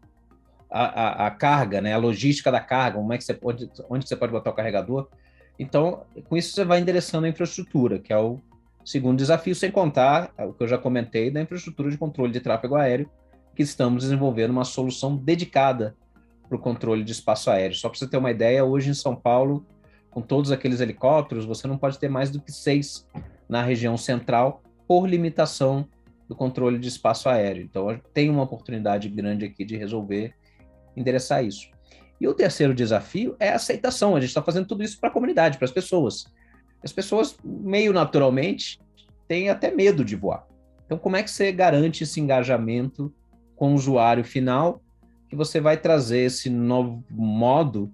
a, a carga, né? A logística da carga, como é que você pode, onde você pode botar o carregador. Então, com isso você vai endereçando a infraestrutura, que é o segundo desafio, sem contar o que eu já comentei da infraestrutura de controle de tráfego aéreo, que estamos desenvolvendo uma solução dedicada para o controle de espaço aéreo. Só para você ter uma ideia, hoje em São Paulo, com todos aqueles helicópteros, você não pode ter mais do que seis na região central, por limitação do controle de espaço aéreo. Então, tem uma oportunidade grande aqui de resolver, endereçar isso. E o terceiro desafio é a aceitação. A gente está fazendo tudo isso para a comunidade, para as pessoas. As pessoas, meio naturalmente, têm até medo de voar. Então, como é que você garante esse engajamento com o usuário final, que você vai trazer esse novo modo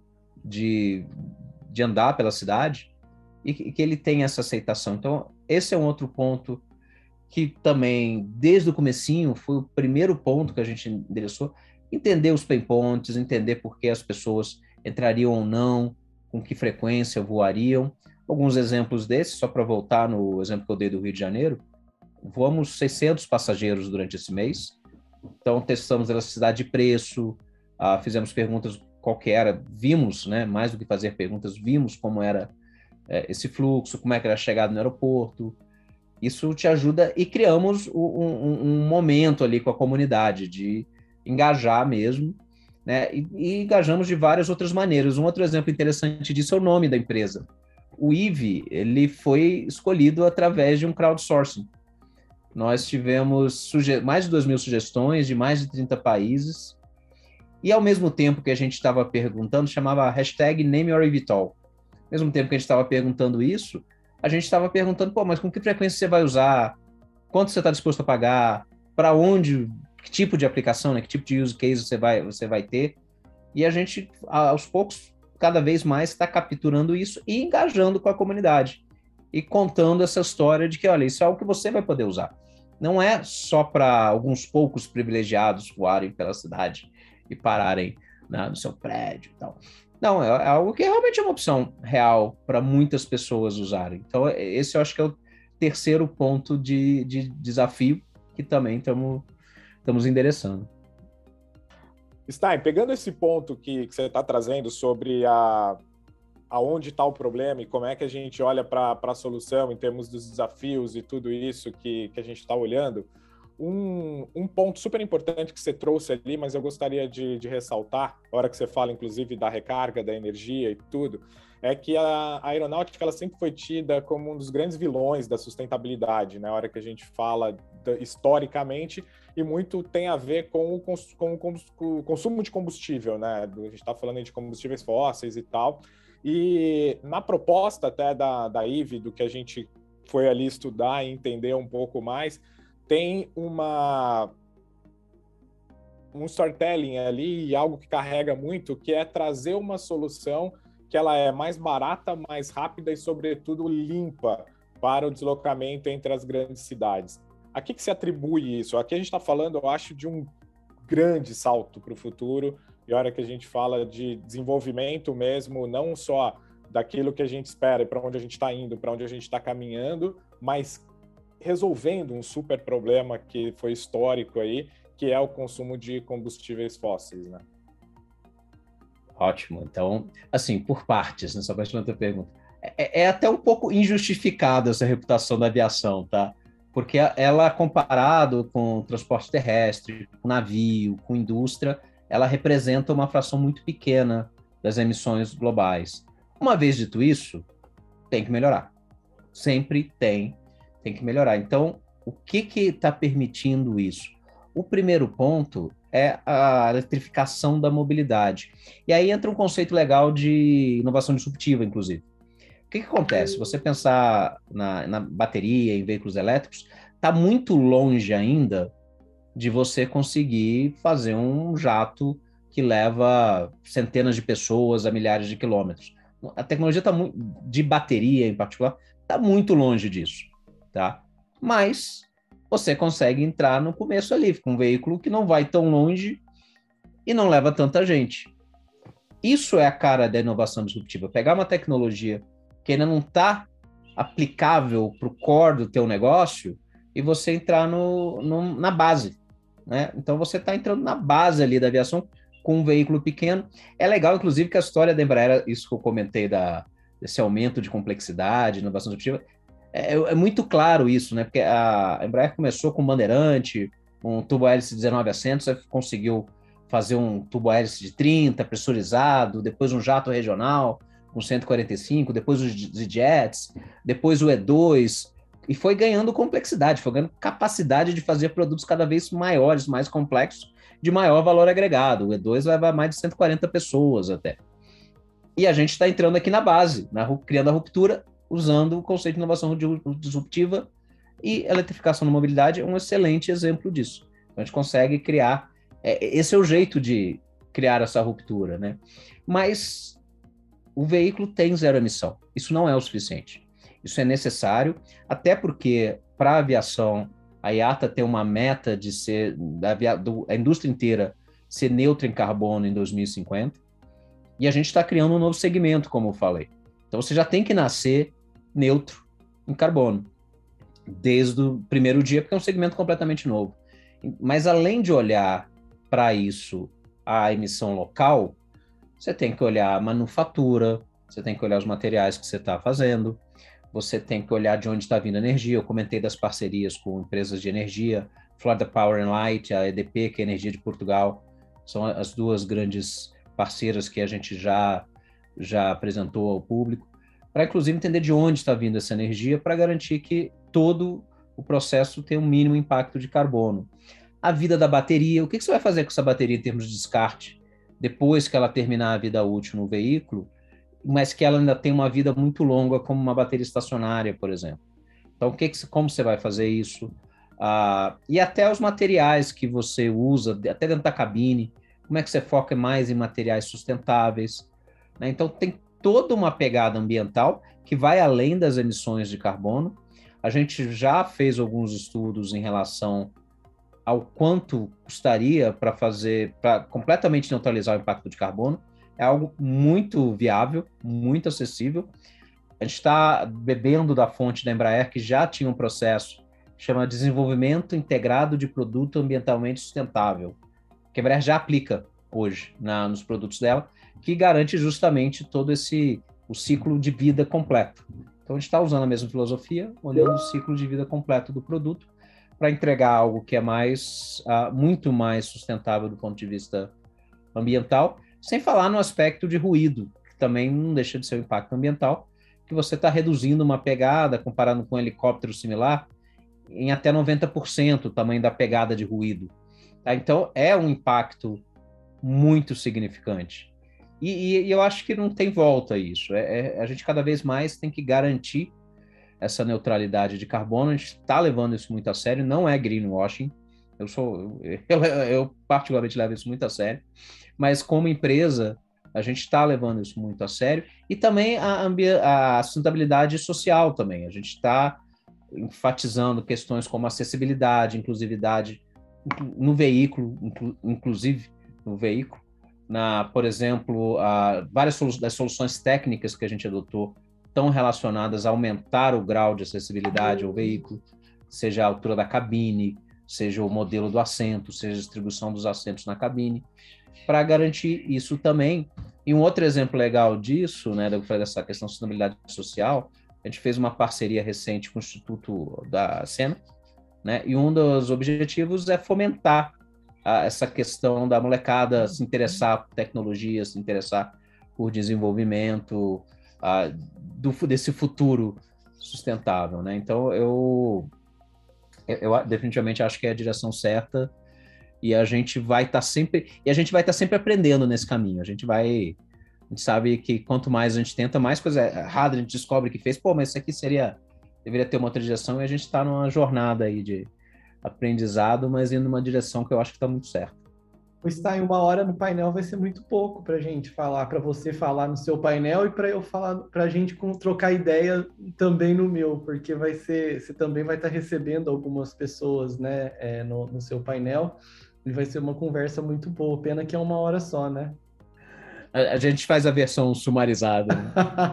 de, de andar pela cidade e que, que ele tenha essa aceitação? Então, esse é um outro ponto que também, desde o comecinho, foi o primeiro ponto que a gente endereçou, entender os pain points, entender por que as pessoas entrariam ou não, com que frequência voariam. Alguns exemplos desses, só para voltar no exemplo que eu dei do Rio de Janeiro, voamos seiscentos passageiros durante esse mês, então testamos a elasticidade de preço, uh, fizemos perguntas qual que era, vimos, né, mais do que fazer perguntas, vimos como era uh, esse fluxo, como é que era a chegada no aeroporto. Isso te ajuda, e criamos um, um, um momento ali com a comunidade de engajar mesmo, né, e, e engajamos de várias outras maneiras. Um outro exemplo interessante disso é o nome da empresa. O I V E, ele foi escolhido através de um crowdsourcing. Nós tivemos mais de duas mil sugestões de mais de trinta países, e ao mesmo tempo que a gente estava perguntando, chamava hashtag NameYourEVTOL. Ao mesmo tempo que a gente estava perguntando isso, a gente estava perguntando, pô, mas com que frequência você vai usar? Quanto você está disposto a pagar? Para onde? Que tipo de aplicação, né? Que tipo de use case você vai, você vai ter? E a gente, aos poucos, cada vez mais está capturando isso e engajando com a comunidade. E contando essa história de que, olha, isso é algo que você vai poder usar. Não é só para alguns poucos privilegiados voarem pela cidade e pararem, né, no seu prédio e tal. Não, é, é algo que realmente é uma opção real para muitas pessoas usarem. Então, esse eu acho que é o terceiro ponto de, de desafio que também estamos estamos endereçando. Stein, pegando esse ponto que, que você está trazendo sobre a, aonde está o problema e como é que a gente olha para a solução em termos dos desafios e tudo isso que, que a gente está olhando, um, um ponto super importante que você trouxe ali, mas eu gostaria de, de ressaltar, na hora que você fala, inclusive, da recarga, da energia e tudo, é que a, a aeronáutica ela sempre foi tida como um dos grandes vilões da sustentabilidade, né? Na hora que a gente fala de, historicamente, e muito tem a ver com o, cons, com, o, com o consumo de combustível, né? A gente está falando de combustíveis fósseis e tal. E na proposta até da, da I V E, do que a gente foi ali estudar e entender um pouco mais, tem uma um storytelling ali e algo que carrega muito, que é trazer uma solução que ela é mais barata, mais rápida e, sobretudo, limpa para o deslocamento entre as grandes cidades. A que, que se atribui isso? Aqui a gente está falando, eu acho, de um grande salto para o futuro, e a hora que a gente fala de desenvolvimento mesmo, não só daquilo que a gente espera e para onde a gente está indo, para onde a gente está caminhando, mas resolvendo um super problema que foi histórico aí, que é o consumo de combustíveis fósseis, né? Ótimo. Então, assim, por partes, né? Só para responder a tua pergunta. É, é até um pouco injustificada essa reputação da aviação, tá? Porque ela, comparado com transporte terrestre, com navio, com indústria, ela representa uma fração muito pequena das emissões globais. Uma vez dito isso, tem que melhorar. Sempre tem, tem que melhorar. Então, o que que está permitindo isso? O primeiro ponto é a eletrificação da mobilidade. E aí entra um conceito legal de inovação disruptiva, inclusive. O que que acontece? Se você pensar na, na bateria, em veículos elétricos, está muito longe ainda de você conseguir fazer um jato que leva centenas de pessoas a milhares de quilômetros. A tecnologia tá muito, de bateria, em particular, está muito longe disso, tá? Mas você consegue entrar no começo ali, com um veículo que não vai tão longe e não leva tanta gente. Isso é a cara da inovação disruptiva. Pegar uma tecnologia que ainda não está aplicável para o core do teu negócio e você entrar no, no, na base, né? Então você está entrando na base ali da aviação com um veículo pequeno. É legal, inclusive, que a história da Embraer, isso que eu comentei, da, desse aumento de complexidade, inovação disruptiva, é, é muito claro isso, né? Porque a Embraer começou com um bandeirante, um turbo-hélice de dezenove assentos, conseguiu fazer um turbo-hélice de trinta, pressurizado, depois um jato regional com cento e quarenta e cinco, depois os Z-Jets, depois o E dois, e foi ganhando complexidade, foi ganhando capacidade de fazer produtos cada vez maiores, mais complexos, de maior valor agregado. O E dois leva mais de cento e quarenta pessoas até. E a gente está entrando aqui na base, na, criando a ruptura, usando o conceito de inovação disruptiva, e eletrificação da mobilidade é um excelente exemplo disso. Então, a gente consegue criar, é, esse é o jeito de criar essa ruptura, né? Mas o veículo tem zero emissão. Isso não é o suficiente. Isso é necessário, até porque para a aviação, a I A T A tem uma meta de ser, da avia, do, a indústria inteira, ser neutra em carbono em dois mil e cinquenta, e a gente está criando um novo segmento, como eu falei. Então você já tem que nascer neutro em carbono, desde o primeiro dia, porque é um segmento completamente novo. Mas além de olhar para isso, a emissão local, você tem que olhar a manufatura, você tem que olhar os materiais que você está fazendo, você tem que olhar de onde está vindo a energia. Eu comentei das parcerias com empresas de energia, Florida Power and Light, a E D P, que é a energia de Portugal, são as duas grandes parceiras que a gente já, já apresentou ao público, para inclusive entender de onde está vindo essa energia, para garantir que todo o processo tem um mínimo impacto de carbono. A vida da bateria, o que você vai fazer com essa bateria em termos de descarte, depois que ela terminar a vida útil no veículo, mas que ela ainda tem uma vida muito longa, como uma bateria estacionária, por exemplo. Então, o que que, como você vai fazer isso? Ah, e até os materiais que você usa, até dentro da cabine, como é que você foca mais em materiais sustentáveis, né? Então, tem toda uma pegada ambiental que vai além das emissões de carbono. A gente já fez alguns estudos em relação ao quanto custaria para fazer, para completamente neutralizar o impacto de carbono. É algo muito viável, muito acessível. A gente está bebendo da fonte da Embraer, que já tinha um processo que chama Desenvolvimento Integrado de Produto Ambientalmente Sustentável, que a Embraer já aplica hoje na, nos produtos dela, que garante justamente todo esse o ciclo de vida completo. Então, a gente está usando a mesma filosofia, olhando o ciclo de vida completo do produto, para entregar algo que é mais, uh, muito mais sustentável do ponto de vista ambiental, sem falar no aspecto de ruído, que também não deixa de ser um impacto ambiental, que você está reduzindo uma pegada, comparando com um helicóptero similar, em até noventa por cento o tamanho da pegada de ruído. Tá? Então, é um impacto muito significante. E, e, e eu acho que não tem volta a isso. É, é, a gente cada vez mais tem que garantir essa neutralidade de carbono. A gente está levando isso muito a sério, não é greenwashing. Eu, sou, eu, eu, eu particularmente levo isso muito a sério, mas como empresa, a gente está levando isso muito a sério. E também a, a sustentabilidade social também. A gente está enfatizando questões como acessibilidade, inclusividade no veículo, inclu, inclusive no veículo. Na, por exemplo, a, várias solu das soluções técnicas que a gente adotou estão relacionadas a aumentar o grau de acessibilidade ao veículo, seja a altura da cabine, seja o modelo do assento, seja a distribuição dos assentos na cabine, para garantir isso também. E um outro exemplo legal disso, né, dessa questão de sustentabilidade social, a gente fez uma parceria recente com o Instituto da Sena, né, e um dos objetivos é fomentar a, essa questão da molecada se interessar por tecnologia, se interessar por desenvolvimento a, do, desse futuro sustentável, né? Então, eu, eu, eu definitivamente acho que é a direção certa e a gente vai estar tá sempre e a gente vai estar tá sempre aprendendo nesse caminho. A gente vai, a gente sabe que quanto mais a gente tenta, mais coisa errada a gente descobre que fez. Pô, mas isso aqui seria deveria ter uma outra direção, e a gente está numa jornada aí de aprendizado, mas indo numa direção que eu acho que está muito certa. Está em uma hora no painel vai ser muito pouco para a gente falar, para você falar no seu painel e para eu falar, para a gente trocar ideia também no meu, porque vai ser, você também vai estar recebendo algumas pessoas, né, é, no, no seu painel, e vai ser uma conversa muito boa. Pena que é uma hora só, né? A, a gente faz a versão sumarizada. Né?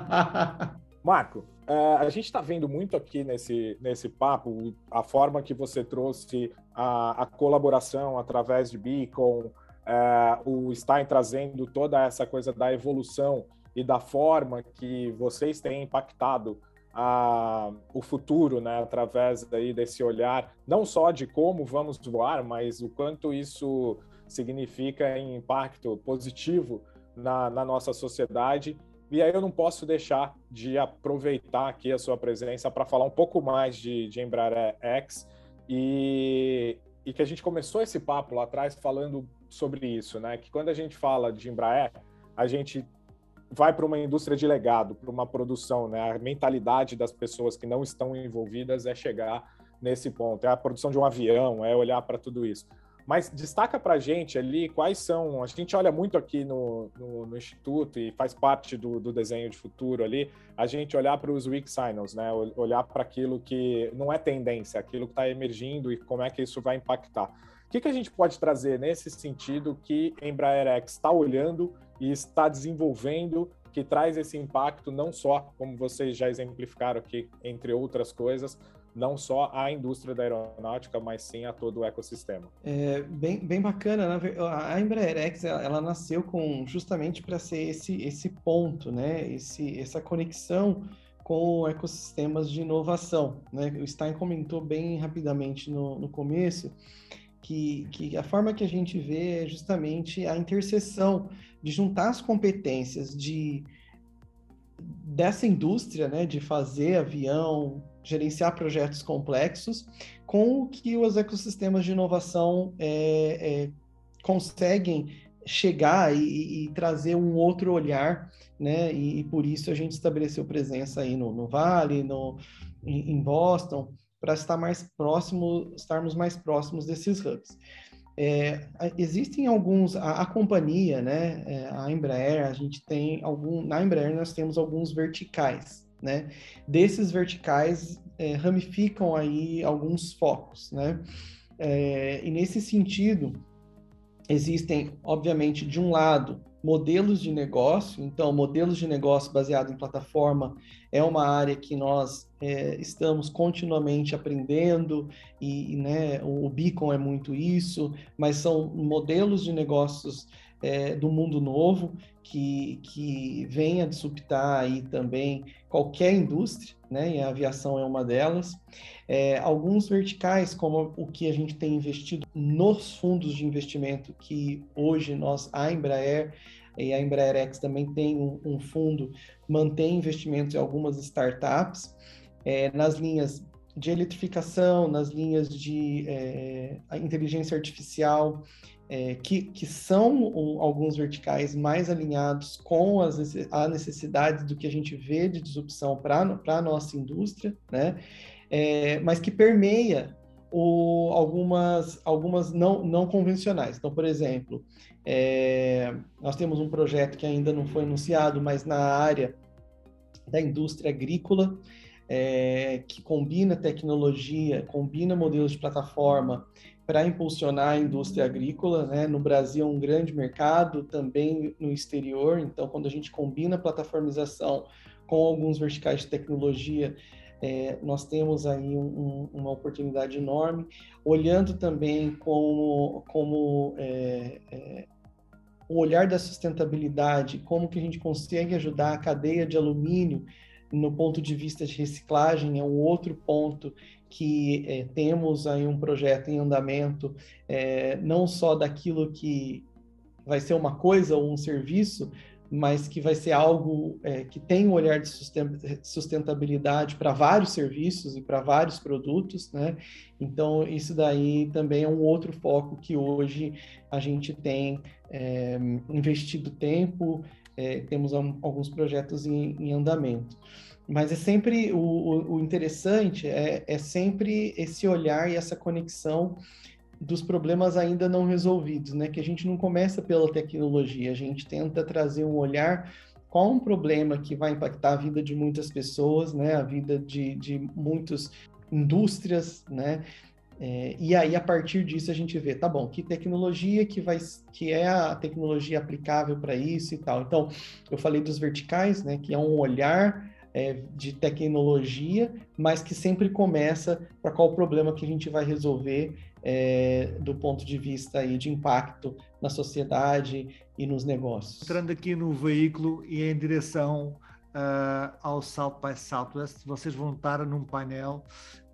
Marco, uh, a gente está vendo muito aqui nesse, nesse papo a forma que você trouxe a, a colaboração através de Beacon, uh, o Stein trazendo toda essa coisa da evolução e da forma que vocês têm impactado uh, o futuro, né, através daí desse olhar, não só de como vamos voar, mas o quanto isso significa em impacto positivo na, na nossa sociedade. E aí eu não posso deixar de aproveitar aqui a sua presença para falar um pouco mais de, de Embraer X e, e que a gente começou esse papo lá atrás falando sobre isso, né? Que quando a gente fala de Embraer, a gente vai para uma indústria de legado, para uma produção, né? A mentalidade das pessoas que não estão envolvidas é chegar nesse ponto. É a produção de um avião, é olhar para tudo isso. Mas destaca para a gente ali quais são... A gente olha muito aqui no, no, no Instituto e faz parte do, do desenho de futuro ali, a gente olhar para os weak signals, né? Olhar para aquilo que não é tendência, aquilo que está emergindo e como é que isso vai impactar. O que, que a gente pode trazer nesse sentido que Embraer X está olhando e está desenvolvendo, que traz esse impacto não só, como vocês já exemplificaram aqui, entre outras coisas, não só à indústria da aeronáutica, mas sim a todo o ecossistema. É bem, bem bacana, né? A Embraer X, ela, ela nasceu com, justamente para ser esse, esse ponto, né? Esse, essa conexão com ecossistemas de inovação, né? O Stein comentou bem rapidamente no, no começo que, que a forma que a gente vê é justamente a interseção de juntar as competências de, dessa indústria, né? De fazer avião, gerenciar projetos complexos, com o que os ecossistemas de inovação é, é, conseguem chegar e, e trazer um outro olhar, né? E, e por isso a gente estabeleceu presença aí no, no Vale, no, em, em Boston, para estar mais próximo, estarmos mais próximos desses hubs. É, existem alguns, a, a companhia, né? É, a Embraer, a gente tem algum, na Embraer nós temos alguns verticais, né? Desses verticais é, ramificam aí alguns focos, né? É, e nesse sentido, existem, obviamente, de um lado, modelos de negócio. Então, modelos de negócio baseado em plataforma é uma área que nós é, estamos continuamente aprendendo e, né, o Beacon é muito isso, mas são modelos de negócios é, do mundo novo que, que vem a disruptar aí também qualquer indústria, né, e a aviação é uma delas. É, alguns verticais, como o que a gente tem investido nos fundos de investimento, que hoje nós, a Embraer e a Embraer X também tem um, um fundo, mantém investimentos em algumas startups, é, nas linhas de eletrificação, nas linhas de é, inteligência artificial, é, que, que são um, alguns verticais mais alinhados com as a necessidades do que a gente vê de disrupção para a nossa indústria, né? É, mas que permeia o, algumas, algumas não, não convencionais. Então, por exemplo, é, nós temos um projeto que ainda não foi anunciado, mas na área da indústria agrícola, é, que combina tecnologia, combina modelos de plataforma para impulsionar a indústria agrícola, né? No Brasil é um grande mercado, também no exterior. Então, quando a gente combina a plataformização com alguns verticais de tecnologia, é, nós temos aí um, uma oportunidade enorme, olhando também como, como é, é, o olhar da sustentabilidade, como que a gente consegue ajudar a cadeia de alumínio no ponto de vista de reciclagem, é um outro ponto que é, temos aí um projeto em andamento, é, não só daquilo que vai ser uma coisa ou um serviço, mas que vai ser algo é, que tem um olhar de sustentabilidade para vários serviços e para vários produtos, né? Então, isso daí também é um outro foco que hoje a gente tem é, investido tempo, é, temos um, alguns projetos em, em andamento. Mas é sempre, o, o interessante é, é sempre esse olhar e essa conexão dos problemas ainda não resolvidos, né? Que a gente não começa pela tecnologia, a gente tenta trazer um olhar qual um problema que vai impactar a vida de muitas pessoas, né? A vida de, de muitas indústrias, né? É, e aí, a partir disso, a gente vê, tá bom, que tecnologia que, vai, que é a tecnologia aplicável para isso e tal. Então, eu falei dos verticais, né? Que é um olhar É, de tecnologia, mas que sempre começa para qual problema que a gente vai resolver é, do ponto de vista aí de impacto na sociedade e nos negócios. Entrando aqui no veículo e em direção uh, ao South by Southwest, vocês vão estar num painel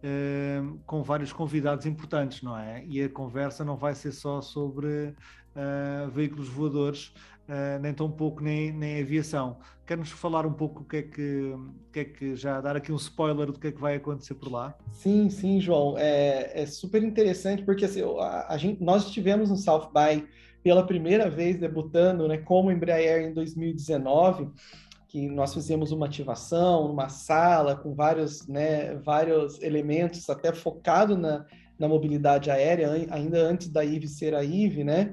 uh, com vários convidados importantes, não é? E a conversa não vai ser só sobre uh, veículos voadores, Uh, nem tão pouco, nem, nem aviação. Quer-nos falar um pouco o que é que, o que é que, já dar aqui um spoiler do que é que vai acontecer por lá? Sim, sim, João. É, é super interessante porque assim, a, a gente, nós estivemos no South by pela primeira vez debutando, né, como Embraer em dois mil e dezenove, que nós fizemos uma ativação, uma sala com vários, né, vários elementos, até focado na, na mobilidade aérea, ainda antes da I V E ser a I V E, né?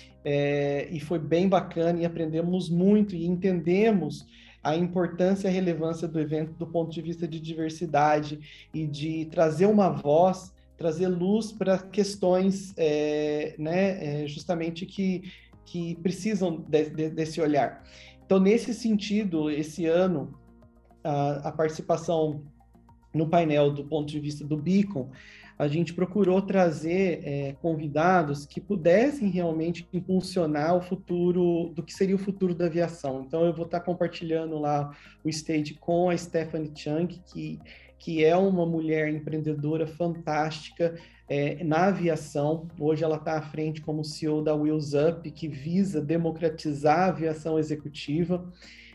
É, e foi bem bacana e aprendemos muito e entendemos a importância e a relevância do evento do ponto de vista de diversidade e de trazer uma voz, trazer luz para questões é, né, é, justamente que, que precisam de, de, desse olhar. Então, nesse sentido, esse ano, a, a participação no painel do ponto de vista do Beacon, a gente procurou trazer é, convidados que pudessem realmente impulsionar o futuro, do que seria o futuro da aviação. Então, eu vou estar compartilhando lá o stage com a Stephanie Chang, que, que é uma mulher empreendedora fantástica é, na aviação. Hoje ela está à frente como C E O da Wheels Up, que visa democratizar a aviação executiva,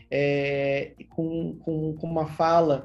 é, com, com, com uma fala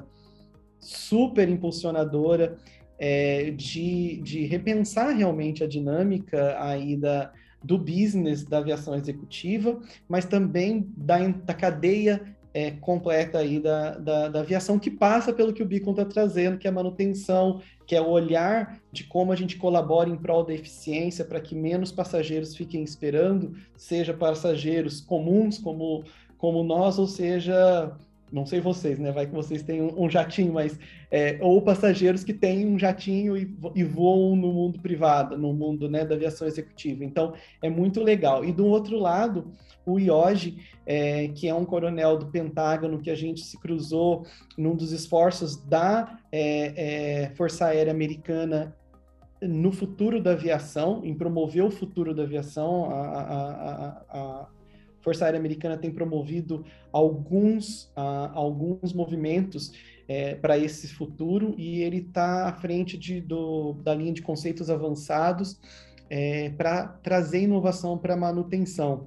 super impulsionadora, É, de, de repensar realmente a dinâmica aí da, do business da aviação executiva, mas também da, da cadeia é, completa aí da, da, da aviação, que passa pelo que o Beacon está trazendo, que é a manutenção, que é o olhar de como a gente colabora em prol da eficiência para que menos passageiros fiquem esperando, seja passageiros comuns como, como nós, ou seja... não sei vocês, né? Vai que vocês têm um, um jatinho, mas... É, ou passageiros que têm um jatinho e, e voam no mundo privado, no mundo, né, da aviação executiva. Então, é muito legal. E do outro lado, o Yogi, é, que é um coronel do Pentágono, que a gente se cruzou num dos esforços da é, é, Força Aérea Americana no futuro da aviação, em promover o futuro da aviação. a, a, a, a Força Aérea Americana tem promovido alguns, uh, alguns movimentos é, para esse futuro, e ele está à frente de, do, da linha de conceitos avançados é, para trazer inovação para manutenção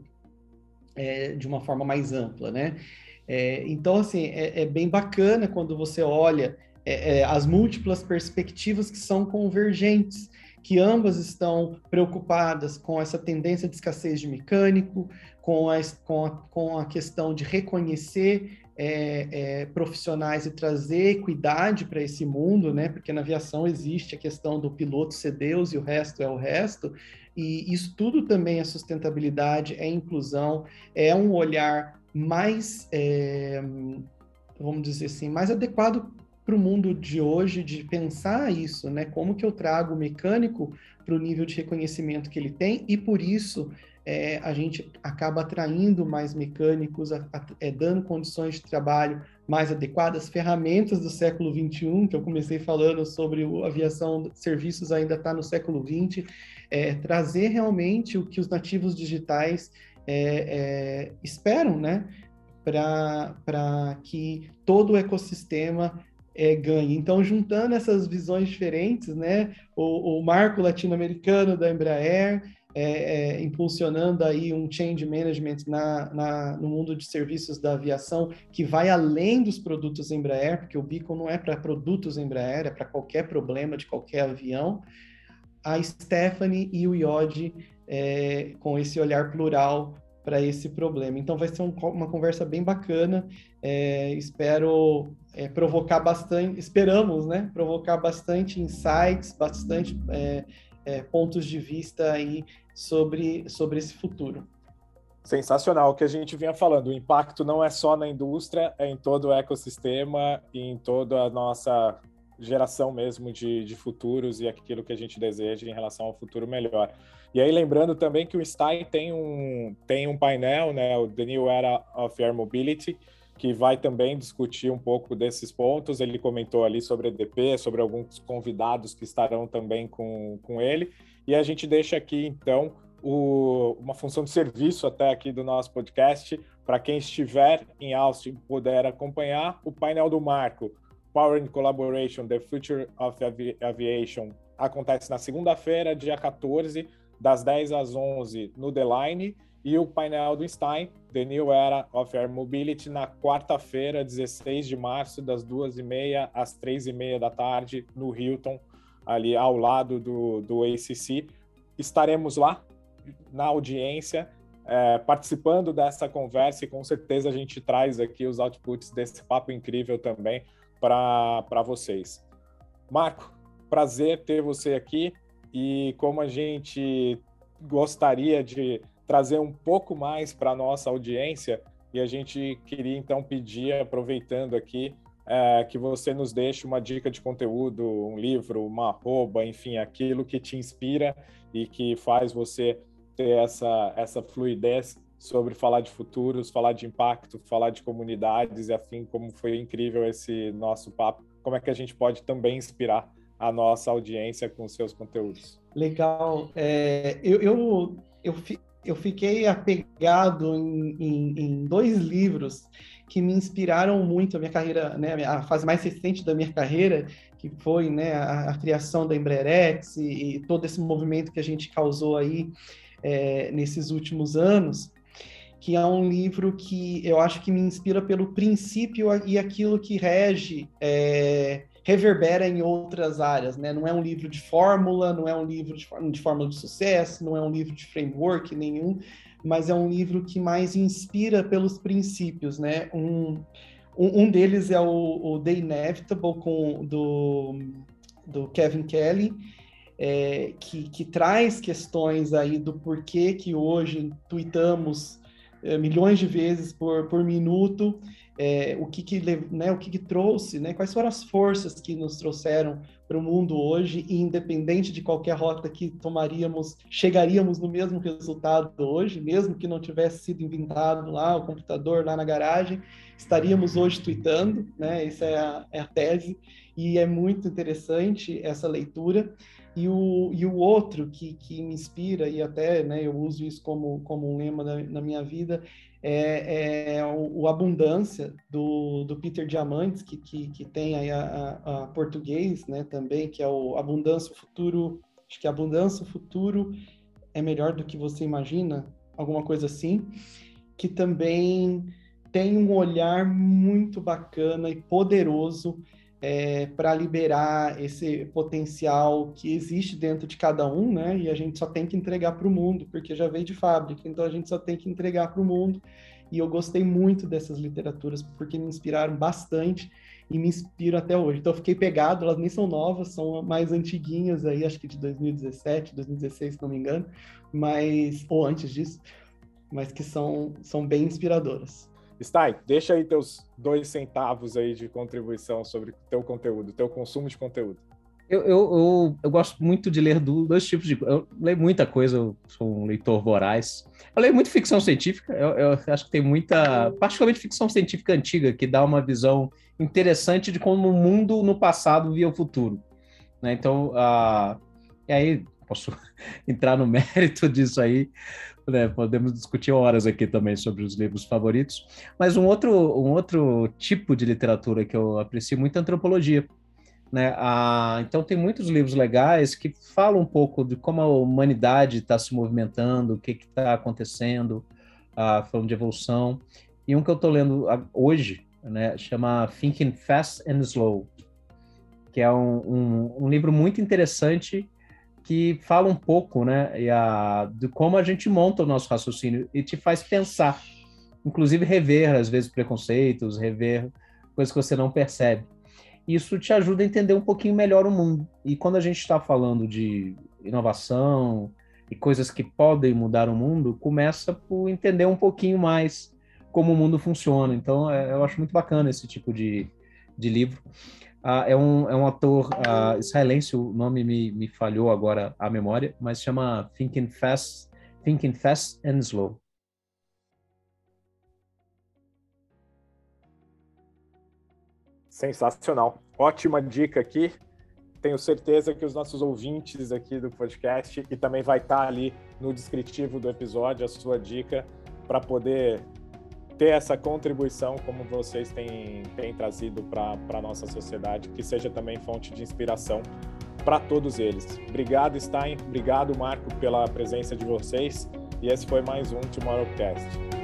é, de uma forma mais ampla, né? É, então, assim, é, é bem bacana quando você olha é, é, as múltiplas perspectivas que são convergentes, que ambas estão preocupadas com essa tendência de escassez de mecânico, com a, com a, com a questão de reconhecer é, é, profissionais e trazer equidade para esse mundo, né? Porque na aviação existe a questão do piloto ser Deus e o resto é o resto, e isso tudo também é sustentabilidade, é inclusão, é um olhar mais, é, vamos dizer assim, mais adequado para o mundo de hoje, de pensar isso, né? Como que eu trago o mecânico para o nível de reconhecimento que ele tem, e por isso é, a gente acaba atraindo mais mecânicos, a, a, é, dando condições de trabalho mais adequadas, ferramentas do século vinte e um, que eu comecei falando sobre a aviação de serviços ainda está no século vinte, é, trazer realmente o que os nativos digitais é, é, esperam, né? Para que todo o ecossistema é, ganhe. Então, juntando essas visões diferentes, né? O, o marco latino-americano da Embraer, É, é, impulsionando aí um change management na, na, no mundo de serviços da aviação que vai além dos produtos Embraer, porque o Beacon não é para produtos Embraer, é para qualquer problema de qualquer avião. A Stephanie e o Iodi é, com esse olhar plural para esse problema. Então vai ser um, uma conversa bem bacana, é, espero é, provocar bastante, esperamos, né, provocar bastante insights, bastante é, é, pontos de vista aí sobre, sobre esse futuro. Sensacional, o que a gente vinha falando, o impacto não é só na indústria, é em todo o ecossistema e em toda a nossa geração mesmo de, de futuros e aquilo que a gente deseja em relação ao futuro melhor. E aí lembrando também que o Stein tem um, tem um painel, né, o The New Era of Air Mobility, que vai também discutir um pouco desses pontos. Ele comentou ali sobre E D P, sobre alguns convidados que estarão também com, com ele. E a gente deixa aqui, então, o, uma função de serviço até aqui do nosso podcast, para quem estiver em Austin puder acompanhar o painel do Marco, Power and Collaboration, The Future of Avi- Aviation, acontece na segunda-feira, dia quatorze, das dez às onze, no The Line, e o painel do Stein, The New Era of Air Mobility, na quarta-feira, dezesseis de março, das duas e meia às três e meia da tarde, no Hilton, ali ao lado do, do A C C. Estaremos lá, na audiência, é, participando dessa conversa, e com certeza a gente traz aqui os outputs desse papo incrível também para vocês. Marco, prazer ter você aqui, e como a gente gostaria de trazer um pouco mais para a nossa audiência, e a gente queria então pedir, aproveitando aqui, é, que você nos deixe uma dica de conteúdo, um livro, uma arroba, enfim, aquilo que te inspira e que faz você ter essa, essa fluidez sobre falar de futuros, falar de impacto, falar de comunidades, e afim, como foi incrível esse nosso papo, como é que a gente pode também inspirar a nossa audiência com seus conteúdos. Legal. É, eu, eu, eu, eu fiquei apegado em, em, em dois livros que me inspiraram muito a minha carreira, né, a fase mais recente da minha carreira, que foi, né, a, a criação da Embraerex e, e todo esse movimento que a gente causou aí é, nesses últimos anos, que é um livro que eu acho que me inspira pelo princípio e aquilo que rege, é, reverbera em outras áreas, né? Não é um livro de fórmula, não é um livro de, de fórmula de sucesso, não é um livro de framework nenhum, mas é um livro que mais inspira pelos princípios, né? Um, um, um deles é o, o The Inevitable, com, do, do Kevin Kelly, é, que, que traz questões aí do porquê que hoje tweetamos é, milhões de vezes por, por minuto, é, o, que, que, né, o que, que trouxe, né, quais foram as forças que nos trouxeram para o mundo hoje, e independente de qualquer rota que tomaríamos, chegaríamos no mesmo resultado hoje, mesmo que não tivesse sido inventado lá o computador lá na garagem, estaríamos hoje tweetando, né, essa é a, é a tese, e é muito interessante essa leitura. E o, e o outro que, que me inspira, e até, né, eu uso isso como, como um lema da, na minha vida, é, é o, o Abundância, do, do Peter Diamandis, que, que, que tem aí a, a, a português, né, também, que é o Abundância, o Futuro, acho que Abundância, o Futuro é melhor do que você imagina, alguma coisa assim, que também tem um olhar muito bacana e poderoso É, para liberar esse potencial que existe dentro de cada um, né? E a gente só tem que entregar para o mundo, porque já veio de fábrica, então a gente só tem que entregar para o mundo. E eu gostei muito dessas literaturas, porque me inspiraram bastante e me inspiram até hoje. Então eu fiquei pegado, elas nem são novas, são mais antiguinhas aí, acho que de dois mil e dezessete, dois mil e dezesseis, se não me engano, mas, ou antes disso, mas que são, são bem inspiradoras. Stein, deixa aí teus dois centavos aí de contribuição sobre o teu conteúdo, teu consumo de conteúdo. Eu, eu, eu, eu gosto muito de ler do, dois tipos de... Eu leio muita coisa, eu sou um leitor voraz. Eu leio muito ficção científica, eu, eu acho que tem muita... Particularmente ficção científica antiga, que dá uma visão interessante de como o mundo no passado via o futuro. Né? Então, uh, e aí, posso entrar no mérito disso aí, né? Podemos discutir horas aqui também sobre os livros favoritos. Mas um outro, um outro tipo de literatura que eu aprecio muito é a antropologia. Né? Ah, então tem muitos livros legais que falam um pouco de como a humanidade está se movimentando, o que está acontecendo, ah, falando de evolução. E um que eu estou lendo hoje, né, chama Thinking Fast and Slow, que é um, um, um livro muito interessante que fala um pouco, né, e a, de como a gente monta o nosso raciocínio e te faz pensar, inclusive rever, às vezes, preconceitos, rever coisas que você não percebe. Isso te ajuda a entender um pouquinho melhor o mundo. E quando a gente está falando de inovação e coisas que podem mudar o mundo, começa por entender um pouquinho mais como o mundo funciona. Então, é, eu acho muito bacana esse tipo de, de livro. Ah, é, um, é um autor ah, israelense, o nome me, me falhou agora a memória, mas chama Thinking Fast, Thinking Fast and Slow. Sensacional. Ótima dica aqui. Tenho certeza que os nossos ouvintes aqui do podcast, e também vai estar ali no descritivo do episódio a sua dica para poder ter essa contribuição como vocês têm, têm trazido para a nossa sociedade, que seja também fonte de inspiração para todos eles. Obrigado, Stein. Obrigado, Marco, pela presença de vocês. E esse foi mais um Tomorrowcast.